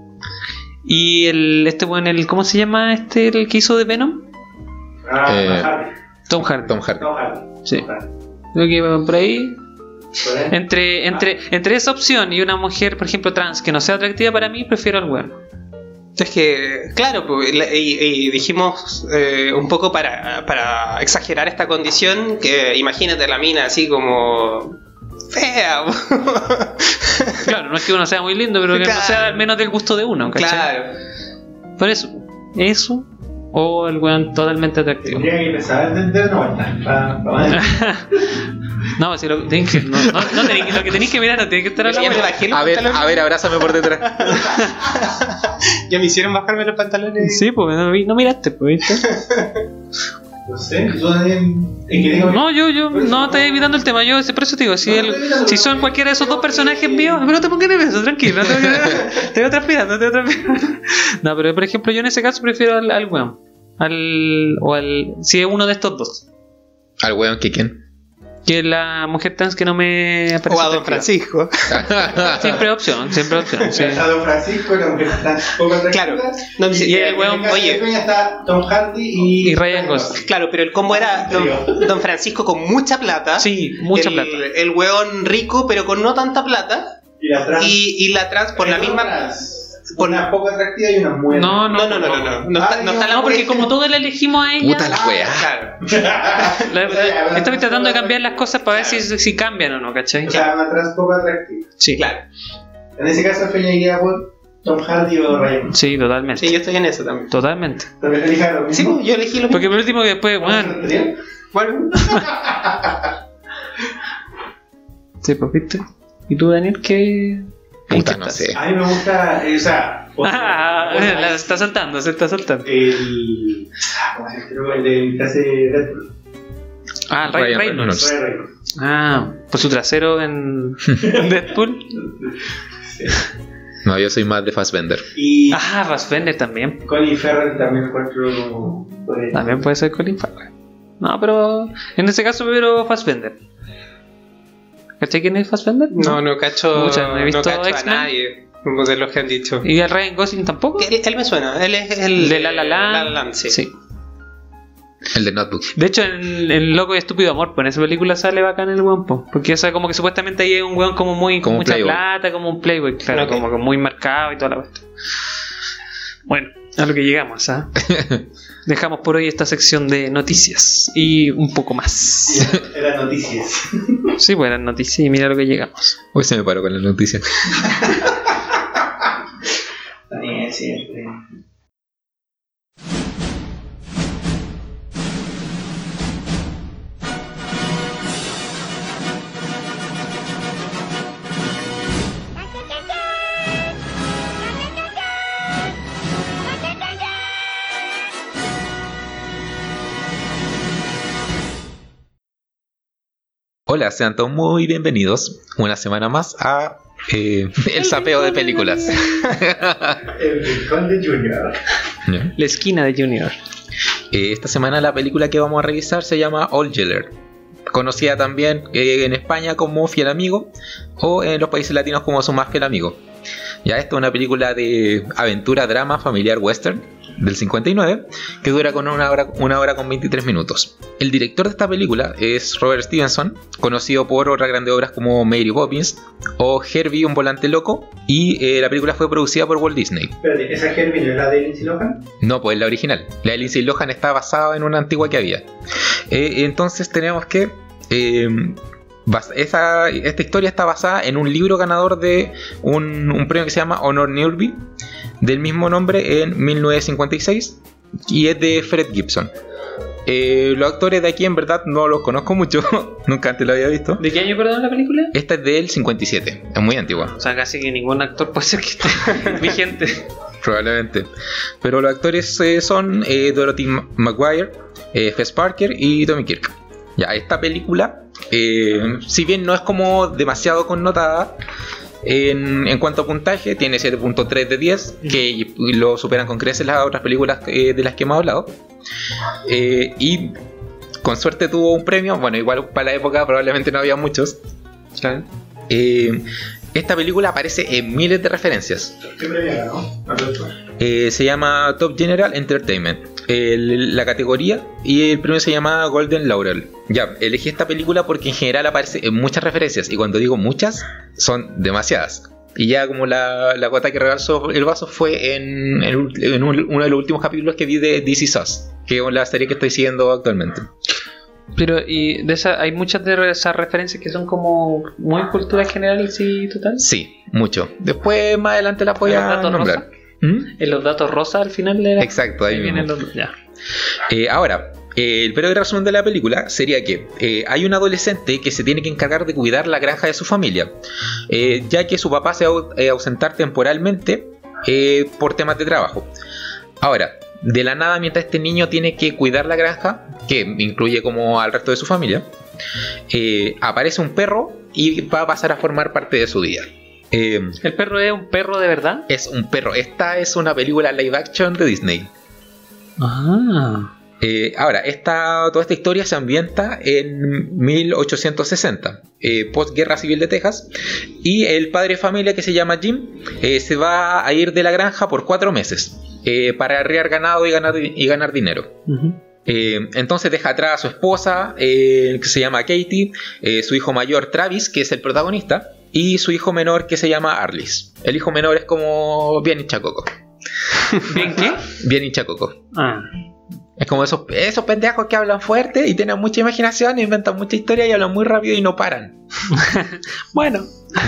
Y el este bueno, el ¿cómo se llama este el que hizo de Venom? Ah, Eh, Hardy. Tom Hardy. Tom Hardy. Tom Hardy. Sí. Tom Hardy. Creo que va por ahí. Por ahí. Entre, entre, entre esa opción y una mujer, por ejemplo, trans que no sea atractiva para mí, prefiero al weón. Es que, claro, pues, la- y, y dijimos eh, un poco para, para exagerar esta condición, que imagínate la mina así como fea. Claro, no es que uno sea muy lindo, pero que Claro. no sea al menos del gusto de uno, ¿cachai? Claro. Por eso, eso o el weón totalmente atractivo. Tendría que empezar a entender una vuelta. Pa, pa, No, si lo, tenés que, no, no, no tenés- lo que tenéis que mirar no tiene que estar a la Ya me buena. bajé los A ver, pantalones. a ver, abrázame por detrás. Ya me hicieron bajarme los pantalones. Sí, pues no, vi- no miraste, pues, ¿viste? no sé, yo también. En que digo. No, yo, yo no estoy evitando el tema. Yo, por eso te digo, si, el, si son cualquiera de esos dos personajes míos, pero no te pongas nervioso, tranquilo. No te, pongas- te veo transpirando, te veo transpirando. No, pero por ejemplo, yo en ese caso prefiero al, al weón. Al, o al. Si es uno de estos dos. Al weón que quién. Que la mujer trans que no me aparece. O a Don atractiva. Francisco. Siempre opción, siempre opción. Sí. Está Don Francisco, la mujer está poco atractiva. Claro. No, y, y el en weón, caso de oye. Peña está Tom Hardy y. Y Ryan Gosling. Claro, pero el combo era Don, Don Francisco con mucha plata. Sí, mucha el, plata. El weón rico, pero con no tanta plata. Y la trans. Y, y la trans por la Hay dos misma. trans. por- Una poco atractiva y una muy No, No, no, no, no, no. No está, no está la No, porque mujer- como todos la elegimos a ella. Puta la wea. Claro. La- la- estoy tratando de cambiar las cosas para ver si, si cambian o no, ¿cachai? O sea, una trans poco atractiva. Sí, Claro. En ese caso, Feña iría por Tom Hardy o Ryan. sí, totalmente. Sí, yo estoy en eso también. Totalmente. ¿También elijas lo Sí, mismo? pues, yo elegí lo mismo. Porque por último que después, bueno, Bueno, sí, pues viste. ¿Y tú, Daniel, qué? Puta, ¿En qué no estás? sé. A mí me gusta, eh, o sea, Ah, otra- la está saltando, se está saltando. el. ah, ¿Cómo se llama? El del que hace Deadpool. Ah, Ryan Ryan Reynolds. Ryan Reynolds. Ah, pues su trasero en, en Deadpool. No, yo soy más de Fassbender. Y Ah, Fassbender también. Colin Farrell también encuentro. pues, También puede ser Colin Farrell. No, pero en ese caso prefiero Fassbender. ¿Cachai quién es Fassbender? no, no cacho. Mucha, no he visto cacho a X-Men. nadie. Como de los que han dicho. ¿Y a Ryan Gosling tampoco? Él, él me suena. Él es el de La La Land. La La Land, sí. Sí. El de Notebook. De hecho, en, en Loco y Estúpido Amor, pues en esa película sale bacán el weón, po. Porque o sea, como que supuestamente ahí es un weón como muy con Como un mucha playboy. plata, como un playboy, claro, Ok. como que muy marcado y toda la cuestión. Bueno, a lo que llegamos, ¿ah? Dejamos por hoy esta sección de noticias y un poco más. Eran noticias. Sí, pues eran noticias y mira lo que llegamos. Hoy se me paró con la noticia. También siempre. Hola, sean todos muy bienvenidos una semana más a eh, El Sapeo de Películas. El Rincón de Junior. ¿Ya? La esquina de Junior. Eh, esta semana la película que vamos a revisar se llama All Yeller, conocida también eh, en España como Fiel Amigo o en los países latinos como Su Más Fiel Amigo. Ya, esta es una película de aventura, drama, familiar, western del cincuenta y nueve, que dura con una hora, una hora con veintitrés minutos. El director de esta película es Robert Stevenson, conocido por otras grandes obras como Mary Poppins o Herbie, un volante loco, y eh, la película fue producida por Walt Disney. Espérate, ¿esa Herbie no es la de Lindsay Lohan? No, pues es la original. La de Lindsay Lohan está basada en una antigua que había. Eh, entonces tenemos que... Eh, Esa, esta historia está basada en un libro ganador de un, un premio que se llama Honor Newbery, del mismo nombre, en mil novecientos cincuenta y seis, y es de Fred Gibson. Eh, los actores de aquí en verdad no los conozco mucho, nunca antes lo había visto. ¿De qué año, perdón, la película? Esta es del cincuenta y siete, es muy antigua. O sea, casi que ningún actor puede ser que esté vigente. Probablemente. Pero los actores eh, son eh, Dorothy Maguire, eh, Fess Parker y Tommy Kirk. Ya, esta película, eh, si bien no es como demasiado connotada en, en cuanto a puntaje, tiene siete punto tres de diez, que lo superan con creces las otras películas eh, de las que hemos hablado. Eh, y con suerte tuvo un premio, bueno, igual para la época probablemente no había muchos. Claro. Eh, esta película aparece en miles de referencias. ¿Qué premio ganó? Eh, se llama Top General Entertainment, el, la categoría, y el premio se llama Golden Laurel. Ya, elegí esta película porque en general aparece en muchas referencias, y cuando digo muchas, son demasiadas. Y ya como la, la gota que rebalsó el vaso fue en, en, en un, uno de los últimos capítulos que vi de This Is Us, que es la serie que estoy siguiendo actualmente. Pero, y de esa, hay muchas de esas referencias que son como muy cultura general y sí, total. Sí, mucho. Después más adelante las voy a nombrar. ¿Mm? En los datos rosa al final de la... Exacto, ahí, ahí vienen los... Ya. Eh, ahora, eh, el breve resumen de la película sería que eh, hay un adolescente que se tiene que encargar de cuidar la granja de su familia, eh, ya que su papá se va a ausentar temporalmente eh, por temas de trabajo. Ahora, de la nada, mientras este niño tiene que cuidar la granja, que incluye como al resto de su familia, eh, aparece un perro y va a pasar a formar parte de su día. Eh, ¿El perro es un perro de verdad? Es un perro. Esta es una película live action de Disney. Ah. Eh, ahora, esta, toda esta historia se ambienta en mil ochocientos sesenta, eh, postguerra civil de Texas, y el padre de familia, que se llama Jim, eh, se va a ir de la granja por cuatro meses eh, para arriar ganado y ganar, y ganar dinero. Uh-huh. Eh, entonces deja atrás a su esposa, eh, que se llama Katie, eh, su hijo mayor Travis, que es el protagonista, y su hijo menor, que se llama Arliss. El hijo menor es como bien hinchacoco. ¿Bien qué? Bien hinchacoco. Ah. Es como esos, esos pendejos que hablan fuerte y tienen mucha imaginación, inventan mucha historia y hablan muy rápido y no paran. Bueno.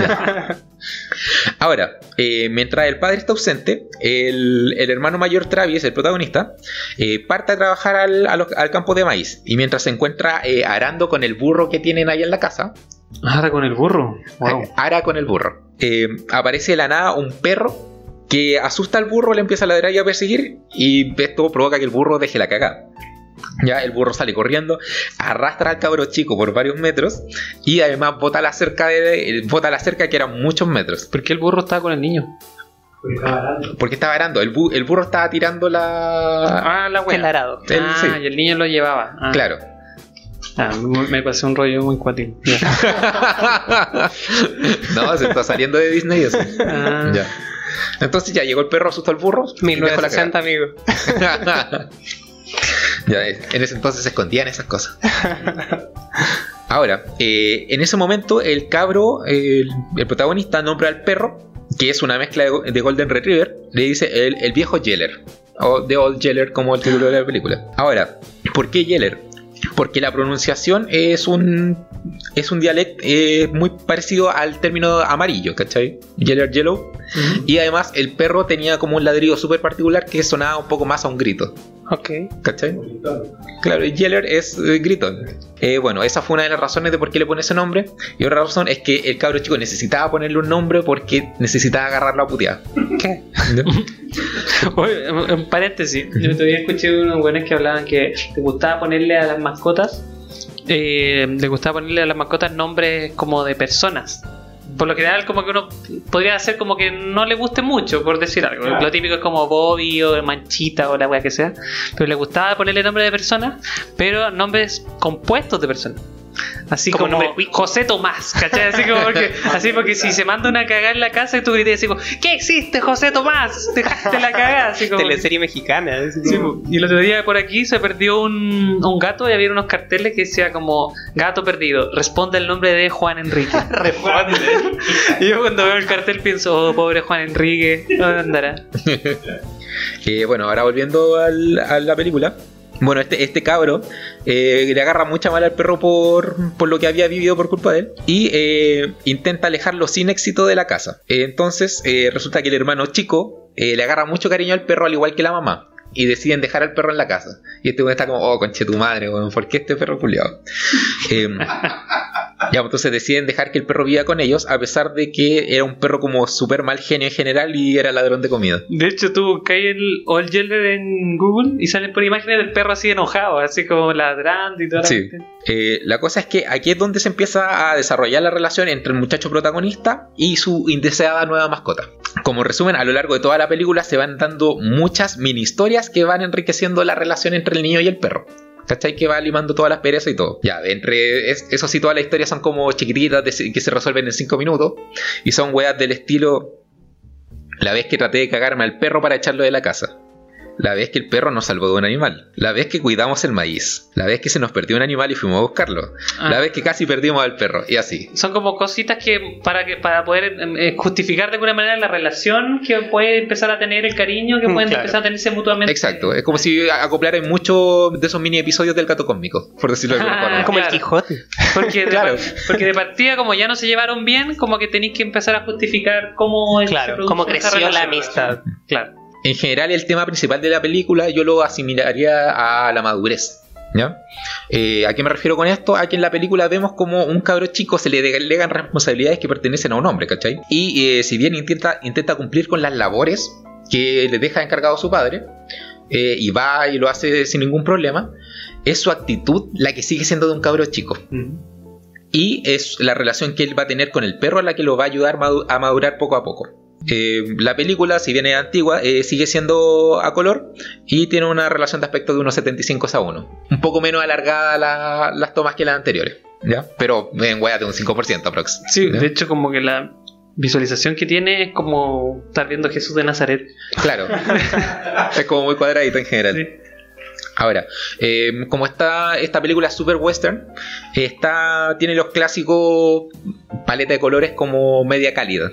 Ahora, eh, mientras el padre está ausente, el, el hermano mayor Travis, el protagonista, eh, parte a trabajar al, al, al campo de maíz. Y mientras se encuentra eh, arando con el burro que tienen ahí en la casa. Ara con el burro. Wow. Ara con el burro. Eh, aparece de la nada un perro que asusta al burro, le empieza a ladrar y a perseguir, y esto provoca que el burro deje la cagada. Ya el burro sale corriendo, arrastra al cabro chico por varios metros y además bota la cerca de, bota la cerca que eran muchos metros. ¿Por qué el burro estaba con el niño? Porque estaba arando. Porque estaba arando. El, bu- el burro estaba tirando la... Ah, la wea. El arado. El, Ah, sí. y el niño lo llevaba. Ah. Claro. Ah, me pasó un rollo muy cuático. No, se está saliendo de Disney eso. Ah. Ya. Entonces ya llegó el perro, asustó al burro. mil novecientos sesenta, amigo. Ya, en ese entonces se escondían esas cosas. Ahora, eh, en ese momento el cabro, el, el protagonista, nombra al perro, que es una mezcla de, de Golden Retriever, le dice el, el viejo Yeller, o The Old Yeller como el título de la película. Ahora, ¿por qué Yeller? Porque la pronunciación es un es un dialecto eh, muy parecido al término amarillo, ¿cachai? Yeller, yellow. Uh-huh. Y además el perro tenía como un ladrido súper particular que sonaba un poco más a un grito. Ok. ¿Cachai? Claro, y Yeller es eh, gritón. Eh, bueno, esa fue una de las razones de por qué le pone ese nombre. Y otra razón es que el cabro chico necesitaba ponerle un nombre porque necesitaba agarrarlo a putear. ¿Qué? Oye, en paréntesis, yo todavía escuché unos buenos que hablaban que le gustaba ponerle a las mascotas, eh, le gustaba ponerle a las mascotas nombres como de personas. Por lo general, como que uno podría hacer como que no le guste mucho, por decir algo. Claro. Lo típico es como Bobby o Manchita o la wea que sea. Pero le gustaba ponerle nombre de personas, pero nombres compuestos de personas. Así Como como, nombre cuico. José Tomás, ¿cachai? Así como porque, así porque si se manda una cagada en la casa y tú gritas así como, ¿qué existe, José Tomás? Dejaste la cagada, así como. Teleserie mexicana. así Sí, como- po. Y el otro día por aquí se perdió un, un gato y había unos carteles que decía como gato perdido, responde el nombre de Juan Enrique. Responde. Y yo cuando veo el cartel pienso, oh, pobre Juan Enrique, ¿dónde andará? Eh, bueno, ahora volviendo al- a la película. Bueno, este, este cabro eh, le agarra mucha mala al perro por, por lo que había vivido por culpa de él y eh, intenta alejarlo sin éxito de la casa. Eh, entonces eh, resulta que el hermano chico eh, le agarra mucho cariño al perro al igual que la mamá y deciden dejar al perro en la casa. Y este güey está como, oh, conche tu madre, weón, ¿por qué este perro culiado? Eh, ya, entonces deciden dejar que el perro viva con ellos a pesar de que era un perro como súper mal genio en general y era ladrón de comida. De hecho, tú buscas el Old Yeller en Google y salen por imágenes del perro así enojado, así como ladrando y toda la Sí. cuestión. Eh, la cosa es que aquí es donde se empieza a desarrollar la relación entre el muchacho protagonista y su indeseada nueva mascota. Como resumen, a lo largo de toda la película se van dando muchas mini historias que van enriqueciendo la relación entre el niño y el perro. ¿Cachai? Que va limando todas las perezas y todo. Ya, entre es- eso sí, todas las historias son como chiquititas de- que se resuelven en cinco minutos. Y son weas del estilo: la vez que traté de cagarme al perro para echarlo de la casa. La vez que el perro nos salvó de un animal. La vez que cuidamos el maíz. La vez que se nos perdió un animal y fuimos a buscarlo. Ah. La vez que casi perdimos al perro. Y así. Son como cositas que para que para poder eh, justificar de alguna manera la relación que puede empezar a tener, el cariño que Mm, pueden claro. empezar a tenerse mutuamente. Exacto. Es como si acoplaran muchos de esos mini episodios del Gato Cósmico. Por decirlo de alguna Ah, forma. Como el Claro. Quijote. Porque, de, Claro. porque de partida, como ya no se llevaron bien, como que tenéis que empezar a justificar cómo, se Claro, produjo cómo esa creció la relación. amistad. Claro. En general, el tema principal de la película yo lo asimilaría a la madurez. ¿Ya? Eh, ¿A qué me refiero con esto? A que en la película vemos como un cabro chico se le delegan responsabilidades que pertenecen a un hombre, ¿cachai? Y eh, si bien intenta, intenta cumplir con las labores que le deja encargado su padre, eh, y va y lo hace sin ningún problema, es su actitud la que sigue siendo de un cabro chico. Y es la relación que él va a tener con el perro la que lo va a ayudar madu- a madurar poco a poco. Eh, la película, si bien es antigua, eh, sigue siendo a color y tiene una relación de aspecto de unos setenta y cinco a uno. Un poco menos alargada la- las tomas que las anteriores, ¿ya? Pero en weá de un cinco por ciento aprox. Sí, ¿ya? de hecho, como que la visualización que tiene es como estar viendo a Jesús de Nazaret. Claro. Es como muy cuadradito en general. Sí. Ahora, eh, como está esta película super western, está, tiene los clásicos paleta de colores como media cálida.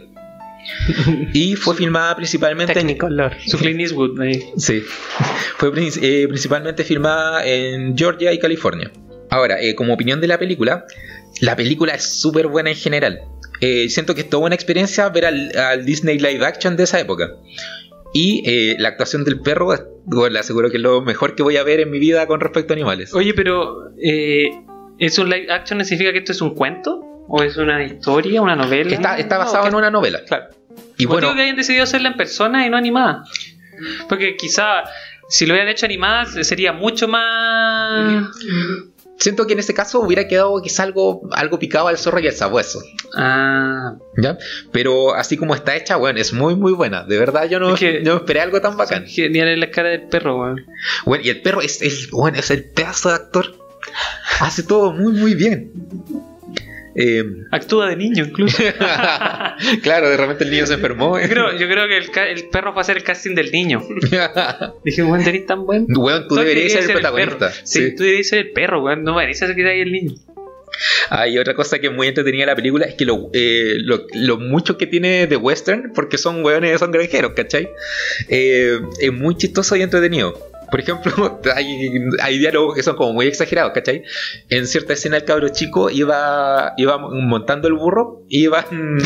Y fue filmada principalmente en, Technicolor. Su Clint Eastwood ahí. sí, fue prin- eh, principalmente filmada en Georgia y California. Ahora, eh, como opinión de la película, la película es súper buena en general. Eh, siento que es toda una experiencia ver al, al Disney live action de esa época. Y eh, la actuación del perro, bueno, le aseguro que es lo mejor que voy a ver en mi vida con respecto a animales. Oye, pero eh, ¿es un live action? ¿Significa que esto es un cuento? ¿O es una historia, una novela? Está, está basado No, en una novela. Claro. Y bueno, Motivo que hayan decidido hacerla en persona y no animada. Porque quizá si lo hubieran hecho animada sería mucho más... siento que en este caso hubiera quedado quizá algo, algo picado al zorro y al sabueso. Ah, ¿Ya? Pero así como está hecha, bueno, es muy muy buena. De verdad yo no, Es que- no esperé algo tan bacán. genial es la cara del perro, weón. Bueno, y el perro es el, bueno, es el pedazo de actor. Hace todo muy muy bien. Eh, Actúa de niño incluso. claro, de repente el niño se enfermó. Yo creo, yo creo que el, ca- el perro fue a hacer el casting del niño. Dije, weón, tenés tan buen. Weón, tú deberías ser el protagonista. perro. Sí, Sí. tú deberías ser el perro, weón. No mereces que ahí el niño. Ah, y otra cosa que es muy entretenida de la película es que lo, eh, lo, lo mucho que tiene de western, porque son weones, son granjeros, ¿cachai? Eh, es muy chistoso y entretenido. Por ejemplo, hay, hay diálogos que son como muy exagerados, ¿cachai? En cierta escena el cabro chico iba, iba montando el burro y iban...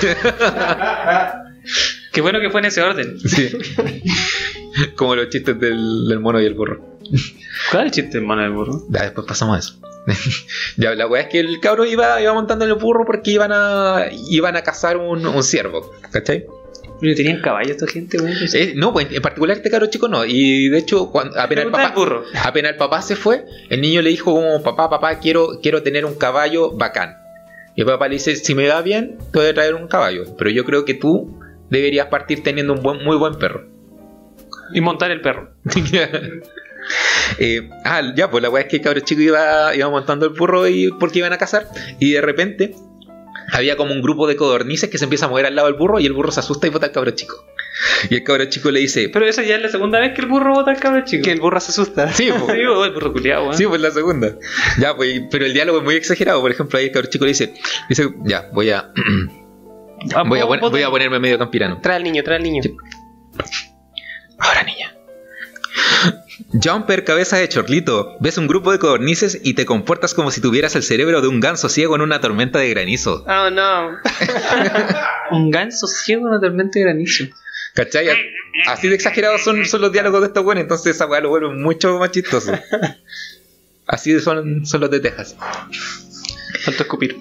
Qué bueno que fue en ese orden. sí. Como los chistes del, del mono y el burro. ¿Cuál es el chiste, hermano del burro? Ya, después pasamos a eso. Ya, la weá es que el cabro iba, iba montando en el burro porque iban a iban a cazar un, un ciervo, ¿cachai? Pero tenían caballo esta gente, weón. Eh, no, pues en particular este cabro chico no. Y de hecho, cuando, apenas, el Pregunta papá, del burro. apenas el papá se fue, el niño le dijo como, papá, papá, quiero, quiero tener un caballo bacán. Y el papá le dice, si me va bien, te voy a traer un caballo. Pero yo creo que tú deberías partir teniendo un buen, muy buen perro. Y montar el perro. Eh, ah, ya, pues la weá es que el cabro chico iba, iba montando el burro y, porque iban a cazar. Y de repente había como un grupo de codornices que se empieza a mover al lado del burro y el burro se asusta y bota al cabro chico. Y el cabro chico le dice... Pero esa ya es la segunda vez que el burro bota al cabro chico. Que el burro se asusta. Sí, pues. Sí, el burro culiado, weón. Sí, pues la segunda. Ya, pues, pero el diálogo es muy exagerado. Por ejemplo, ahí el cabro chico le dice... dice ya, voy a... Ah, voy, a vos- pon- vos- voy a ponerme medio campirano. Trae al niño, trae al niño. Sí. Ahora, niña. Jumper, cabeza de chorlito, ves un grupo de codornices y te comportas como si tuvieras el cerebro de un ganso ciego en una tormenta de granizo. Oh no. Un ganso ciego en una tormenta de granizo. ¿Cachai? Así de exagerados son, son los diálogos de estos buenos, entonces esa weá lo vuelve mucho más chistoso. Así son, son los de Texas. Falta escupir.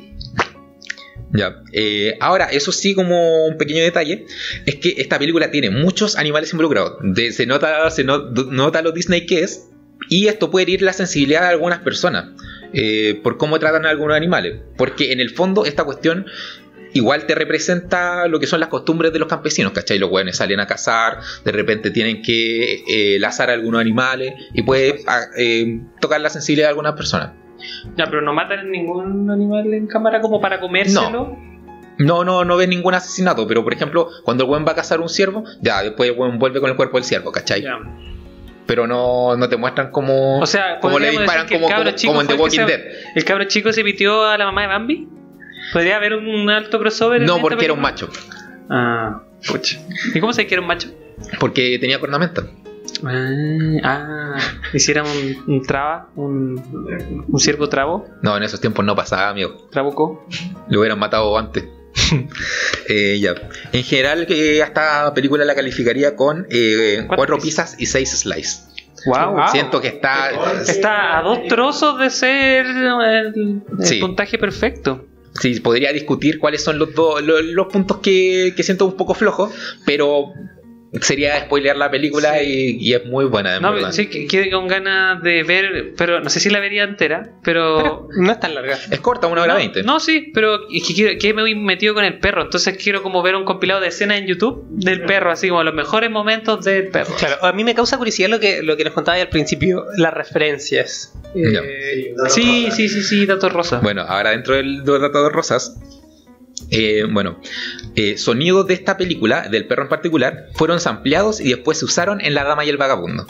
Ya, eh, ahora, eso sí, como un pequeño detalle, es que esta película tiene muchos animales involucrados. De- se nota, se no- nota lo Disney que es, y esto puede herir la sensibilidad de algunas personas eh, por cómo tratan a algunos animales. Porque en el fondo, esta cuestión igual te representa lo que son las costumbres de los campesinos, ¿cachai? Los hueones salen a cazar, de repente tienen que eh, lazar a algunos animales, y puede a- eh, tocar la sensibilidad de algunas personas. Ya, pero no matan ningún animal en cámara como para comérselo. No, no, no ves ningún asesinato, pero por ejemplo, cuando el weón va a cazar un ciervo, ya después el weón vuelve con el cuerpo del ciervo, ¿cachai? Ya. Pero no, no te muestran cómo, O sea, cómo le podríamos disparan decir que el como, cabro como, chico como en The fue el que Walking se- Dead. ¿El cabro chico se pitió a la mamá de Bambi? ¿Podría haber un alto crossover? en No, esta porque era un película? macho, Ah, pucha. ¿Y cómo sé que era un macho? porque tenía cornamenta. Ah, ah hiciera un, un traba, un, un ciervo trabo, No, en esos tiempos no pasaba, amigo. trabuco. Lo hubieran matado antes. eh, ya. En general, eh, a esta película la calificaría con eh, ¿Cuántas cuatro pizzas? pizzas y seis slices. Wow. Wow. Siento que está... Está a dos trozos de ser el, el Sí. puntaje perfecto. Sí, podría discutir cuáles son los, dos los, los puntos que, que siento un poco flojos, pero sería spoilear la película y, y es muy buena, de No, verdad. sí, que quedé con ganas de ver, pero no sé si la vería entera, pero... Pero no es tan larga. Es corta, una hora no, veinte. no, sí, pero es que, quiero, que me he metido con el perro, entonces quiero como ver un compilado de escenas en YouTube del perro, así como los mejores momentos del perro. Claro, a mí me causa curiosidad lo que, lo que nos contaba al principio, las referencias. Ya. Eh, Sí, sí, sí, sí, datos rosa. Bueno, ahora dentro del de los datos rosas, eh, bueno, eh, sonidos de esta película, del perro en particular, fueron sampleados y después se usaron en La Dama y el Vagabundo.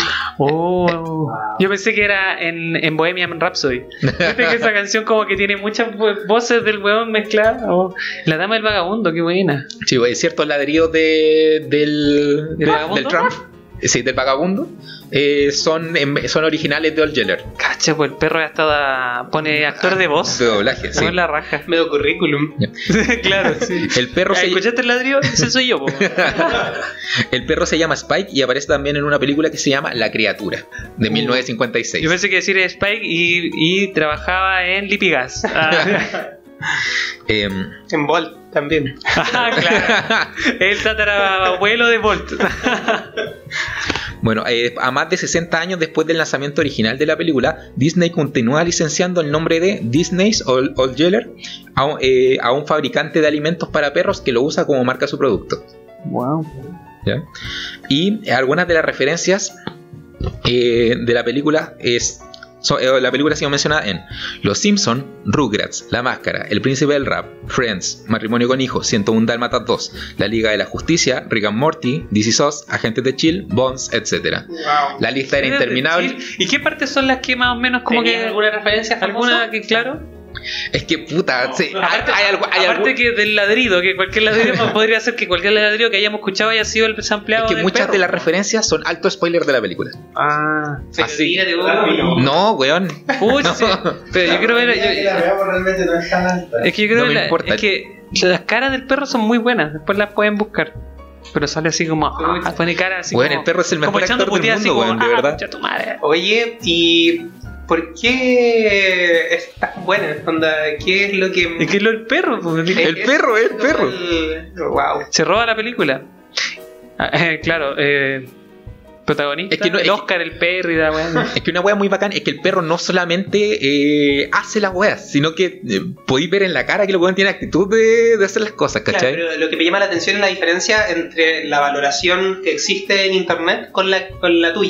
Oh, yo pensé que era en, en Bohemian Rhapsody. Viste que esa canción como que tiene muchas vo- voces del weón mezcladas. Oh, La Dama del Vagabundo, qué buena. Sí, pues, ciertos ladrillos de, del, ¿Del vagabundo? del Trump, sí, del Vagabundo, eh, son, em, son originales de Old Yeller, Cacha, pues el perro ya está. Pone actor de voz. de doblaje. Sí. Con la raja. medio currículum. Claro, sí. El perro Ah, se ¿escuchaste el ladrillo? Ese soy yo, po. El perro se llama Spike y aparece también en una película que se llama La Criatura, de mil novecientos cincuenta y seis. Yo pensé que decir Spike y, y trabajaba en Lipigas. Ah, Em, En Bolt también. ah, claro. El tatarabuelo de Bolt. bueno, eh, a más de sesenta años después del lanzamiento original de la película, Disney continúa licenciando el nombre de Disney's Old, Old Yeller a, un- eh, a un fabricante de alimentos para perros que lo usa como marca su producto. Wow. ¿Ya? Y algunas de las referencias eh, de la película es so- eh, la película ha sido mencionada en Los Simpson, Rugrats, La Máscara, El Príncipe del Rap, Friends, Matrimonio con Hijos, ciento uno Dálmatas dos, La Liga de la Justicia, Rick and Morty, This Is Us, Agentes de Chill, Bones, etcétera. Wow. La lista era interminable. ¿Y qué partes son las que más o menos como que. alguna referencia ¿Alguna que, claro? Es que puta, sí, hay, Aparte, hay algo, hay aparte algo- que del ladrido, que cualquier ladrido podría ser que cualquier ladrido que hayamos escuchado haya sido el sampleado. es que del muchas perro. de las referencias son alto spoiler de la película. Ah, Así. No. No, weón. pucha, No. sí. Pero yo quiero ver. Ya que yo- la veamos realmente no es tan alta. es que yo creo No que, me la- importa. es que las caras del perro son muy buenas, después las pueden buscar. Pero sale así como. Ah, pone cara así Weón, como. el perro es el mejor como echando actor del puteadas así mundo, como, weón, de ah, verdad. concha tu madre. Oye, ¿y por qué es tan buena? Onda, ¿qué es lo que...? Es que lo el perro, pues, El perro, el perro. Wow. se roba la película. Ah, eh, claro, eh, protagonista, Es que no- el es que- Oscar, el perro y la weá. Es que una wea muy bacán es que el perro no solamente eh, hace las weas, sino que eh, podéis ver en la cara que el weón tiene actitud de, de hacer las cosas, Claro, ¿cachai? pero lo que me llama la atención es la diferencia entre la valoración que existe en internet con la, con la tuya.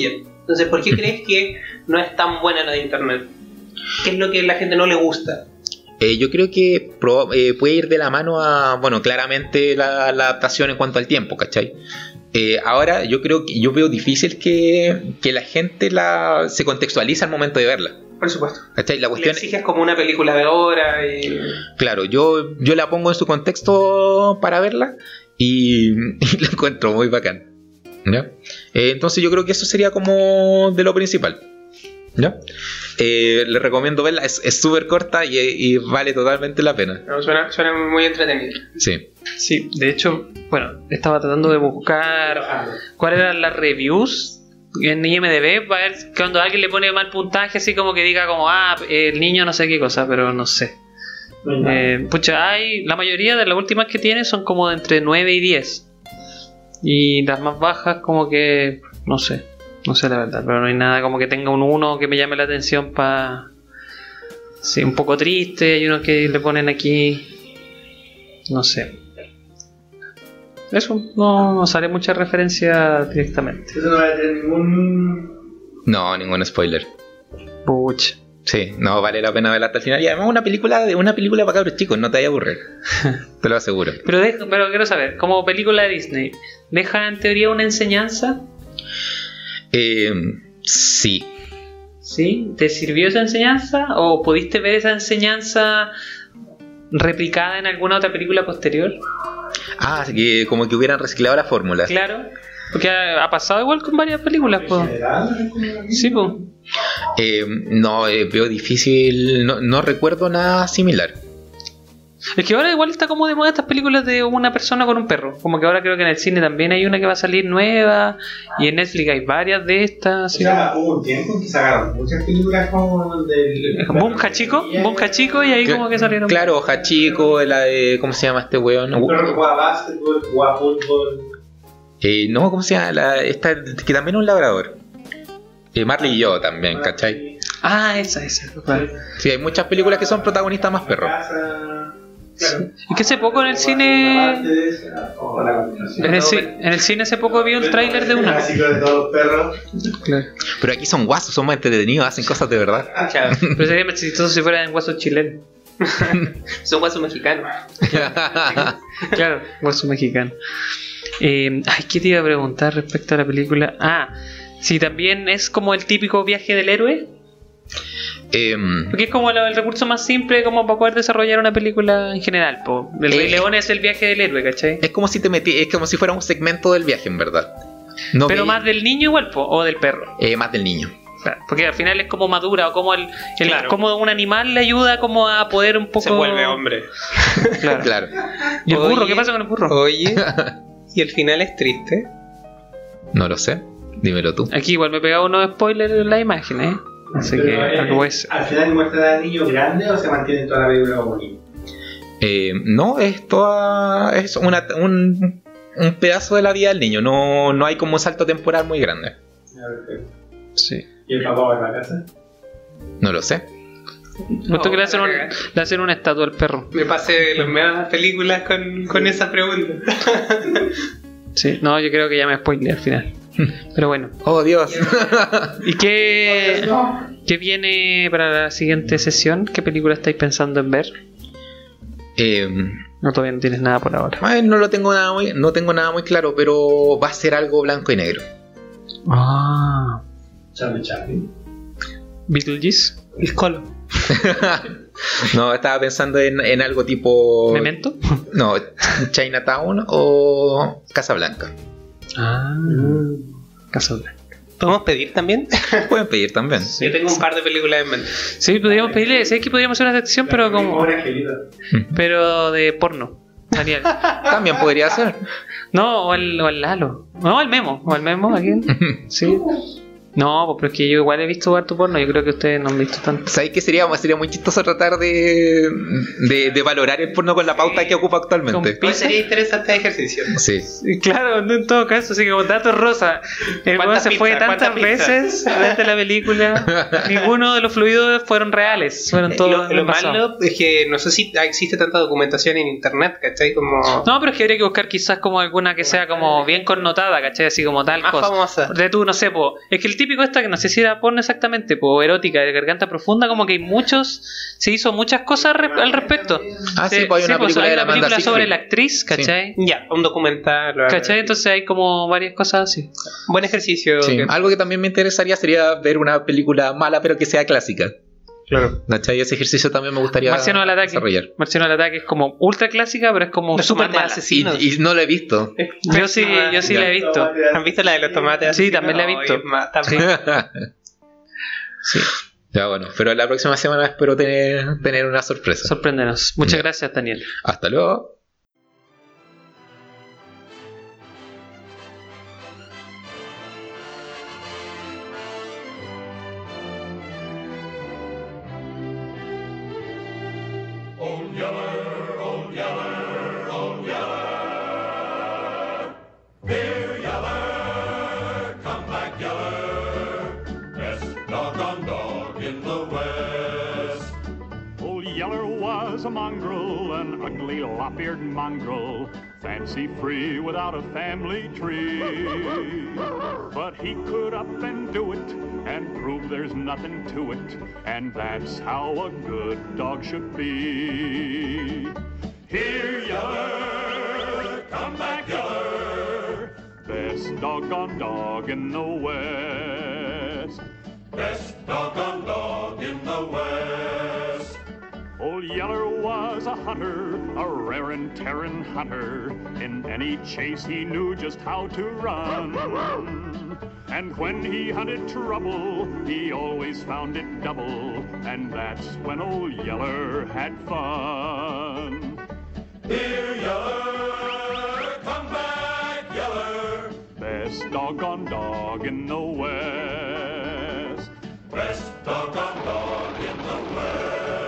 Entonces, ¿por qué crees que no es tan buena la de internet? ¿Qué es lo que a la gente no le gusta? Eh, yo creo que pro- eh, puede ir de la mano a, bueno, claramente la, la adaptación en cuanto al tiempo, ¿cachai? Eh, ahora yo creo que yo veo difícil que, que la gente la, se contextualice al momento de verla. Por supuesto. ¿Cachai? La Le cuestión exiges como una película de hora y... Claro, yo, yo la pongo en su contexto para verla y, y la encuentro muy bacán. ¿Ya? Eh, entonces yo creo que eso sería como de lo principal. ¿Ya? Eh, les recomiendo verla, es súper corta y, y vale totalmente la pena. No, suena, suena muy entretenido. Sí. Sí, de hecho, bueno, estaba tratando de buscar cuáles eran las reviews en I M D B para ver cuando alguien le pone mal puntaje, así como que diga como, ah, el niño no sé qué cosa, pero no sé. Eh, pucha, hay, la mayoría de las últimas que tiene son como de entre nueve y diez. Y las más bajas como que, no sé, no sé la verdad, pero no hay nada como que tenga un uno que me llame la atención para... Sí, un poco triste, hay unos que le ponen aquí, no sé. Eso, no, no sale mucha referencia directamente. Eso no va a tener ningún. No, ningún spoiler. Pucha. Sí, no vale la pena verla hasta el final. Y además una película de una película para cabros chicos, no te vaya a aburrir. Te lo aseguro. Pero, deja, pero quiero saber, como película de Disney, ¿deja en teoría una enseñanza? Eh, sí. ¿Sí? ¿Te sirvió esa enseñanza? ¿O pudiste ver esa enseñanza replicada en alguna otra película posterior? Ah, que como que hubieran reciclado la fórmula. Claro, porque ha, ha pasado igual con varias películas, pues. Sí, pues. Eh, no, eh, veo difícil, no, no recuerdo nada similar. Es que ahora igual está como de moda estas películas de una persona con un perro. Como que ahora creo que en el cine también hay una que va a salir nueva. Y en Netflix hay varias de estas. O Así sea, hubo un tiempo en que sacaron muchas películas como del. Boom Hachiko, Boom Hachiko, y ahí Cla- como que salieron. Claro, Hachiko, la de. ¿Cómo se llama este weón? Un perro que juega básquetbol, juega fútbol. Eh, no, ¿cómo se llama? La, esta, que también es un labrador. Eh, Marley y yo también, ¿cachai? Ah, esa, esa. Claro. Sí, hay muchas películas que son protagonistas más perros. Claro. Y que hace poco en el cine. En el, ci- en el cine hace poco vi un tráiler de una. Clásico de todos los perros. Claro. Pero aquí son guasos, son más entretenidos, hacen cosas de verdad. Claro. Pero sería más chistoso si fuera en guaso chileno. Son guasos mexicanos. Claro, guaso mexicano. Eh, ay, ¿qué te iba a preguntar respecto a la película? Ah, si también es como el típico viaje del héroe. Em, Porque es como lo- el recurso más simple como para poder desarrollar una película en general, po. El Rey Eh. León es el viaje del héroe, ¿cachai? es como si te metí, es como si fuera un segmento del viaje, en verdad. No Pero ve- más del niño igual, po, o del perro. eh, más del niño. Claro, porque al final es como madura, o como el, el Claro. como un animal le ayuda como a poder un poco. Se vuelve hombre. Claro. Claro. ¿Y el burro? Oye. ¿Qué pasa con el burro? Oye, y el final es triste. No lo sé. Dímelo tú. Aquí igual me he pegado unos spoilers en la imagen, ¿eh? Así que Pero, eh, algo es. ¿Al final muestra al niño grande o se mantiene toda la película como niño? Eh, no, es toda. Es una, un, un pedazo de la vida del niño. No, no hay como un salto temporal muy grande. Ya, perfecto. Sí. ¿Y el papá va a la casa? No lo sé. Me que le hacen, un, le hacen una estatua al perro. Me pasé las medias películas con, con esa pregunta. Sí, no, yo creo que ya me spoilé al final. Pero bueno. Oh, Dios. ¿Y qué, qué viene para la siguiente sesión? ¿Qué película estáis pensando en ver? eh, No, todavía no tienes nada por ahora. ay, no lo tengo nada muy, no tengo nada muy claro, pero va a ser algo blanco y negro. Ah. Charlie Chaplin. Beetlejuice. Piscolo. No, estaba pensando en, en algo tipo. ¿Memento? No, Chinatown o Casablanca. Ah. Casablanca. ¿Podemos pedir también? Pueden pedir también. Yo tengo un par de películas en mente. Sí, podríamos pedirle. Sé que podríamos hacer una sección, pero como. Pobre angelito. Pero de porno. Daniel. También podría ser. No, o el, o el Lalo. No, el Memo. O el Memo, ¿a quién? Sí. No, pues pero es que yo igual he visto harto porno. Yo creo que ustedes no han visto tanto. ¿Sabéis que sería, sería muy chistoso tratar de, de, de valorar el porno con la pauta que ocupa actualmente? Con- Hoy sería interesante el ejercicio. Sí. Sí, claro, no en todo caso, así que como datos rosa. El weón ¿Cuántas se fue pizzas? tantas ¿Cuántas pizzas? veces durante la película. Ninguno de los fluidos fueron reales. Fueron todos. Lo, lo envasados. malo es que no sé si existe tanta documentación en internet, ¿cachai? Como No, pero es que habría que buscar quizás como alguna que sea como bien connotada, ¿cachai? Así como tal más cosa. famosa. De tú, no sé, po. Es que el típico típico esta que no sé si era porno exactamente, pues erótica, de garganta profunda, como que hay muchos, se hizo muchas cosas re- al respecto. Ah, sí, Se- pues hay una pues, película hay de la una Amanda película sobre Seyfried. la actriz, ¿cachai? Ya, un documental. ¿Cachai? Entonces hay como varias cosas así. Buen ejercicio. Sí, que- algo que también me interesaría sería ver una película mala pero que sea clásica. Claro. ¿Cachai? Ese ejercicio también me gustaría Marciano al ataque. desarrollar. Marciano al ataque es como ultra clásica, pero es como Los súper tomates mala. asesinos. Y, y no lo he visto. Yo sí, yo sí Ya. la he visto. ¿Han visto la de los tomates? Sí, asesinos? también la he visto. Oye, ma- también. Sí, Ya bueno, pero la próxima semana espero tener, tener una sorpresa. sorpréndenos. Muchas Ya. gracias, Daniel. Hasta luego. Old Yeller, Old Yeller, Old Yeller. Here, Yeller, come back, Yeller. Best doggone dog in the West. Old Yeller was a mongrel, an ugly lop-eared mongrel, fancy-free without a family tree. But he could up and do it, and prove there's nothing to it, and that's how a good dog should be. Here, Yeller, come back, Yeller, best doggone dog in the West. Best doggone dog in the West. Old Yeller was a hunter, a rare and tearing hunter. In any chase he knew just how to run. And when he hunted trouble, he always found it double. And that's when Old Yeller had fun. Here, Yeller, come back, Yeller. Best doggone dog in the West. Best doggone dog in the West.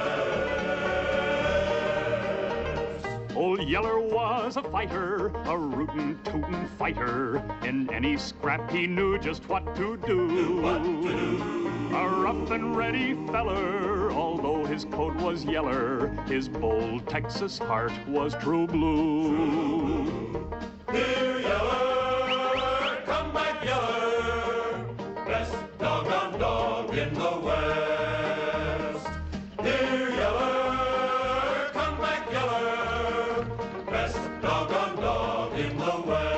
Old Yeller was a fighter, a rootin' tootin' fighter. In any scrap he knew just what to do. What to do. A rough and ready feller, although his coat was yeller, his bold Texas heart was true blue. Here, Yeller, come back, Yeller. Best doggone dog in the West. Here, Yeller, come back, Yeller. Best doggone dog in the West.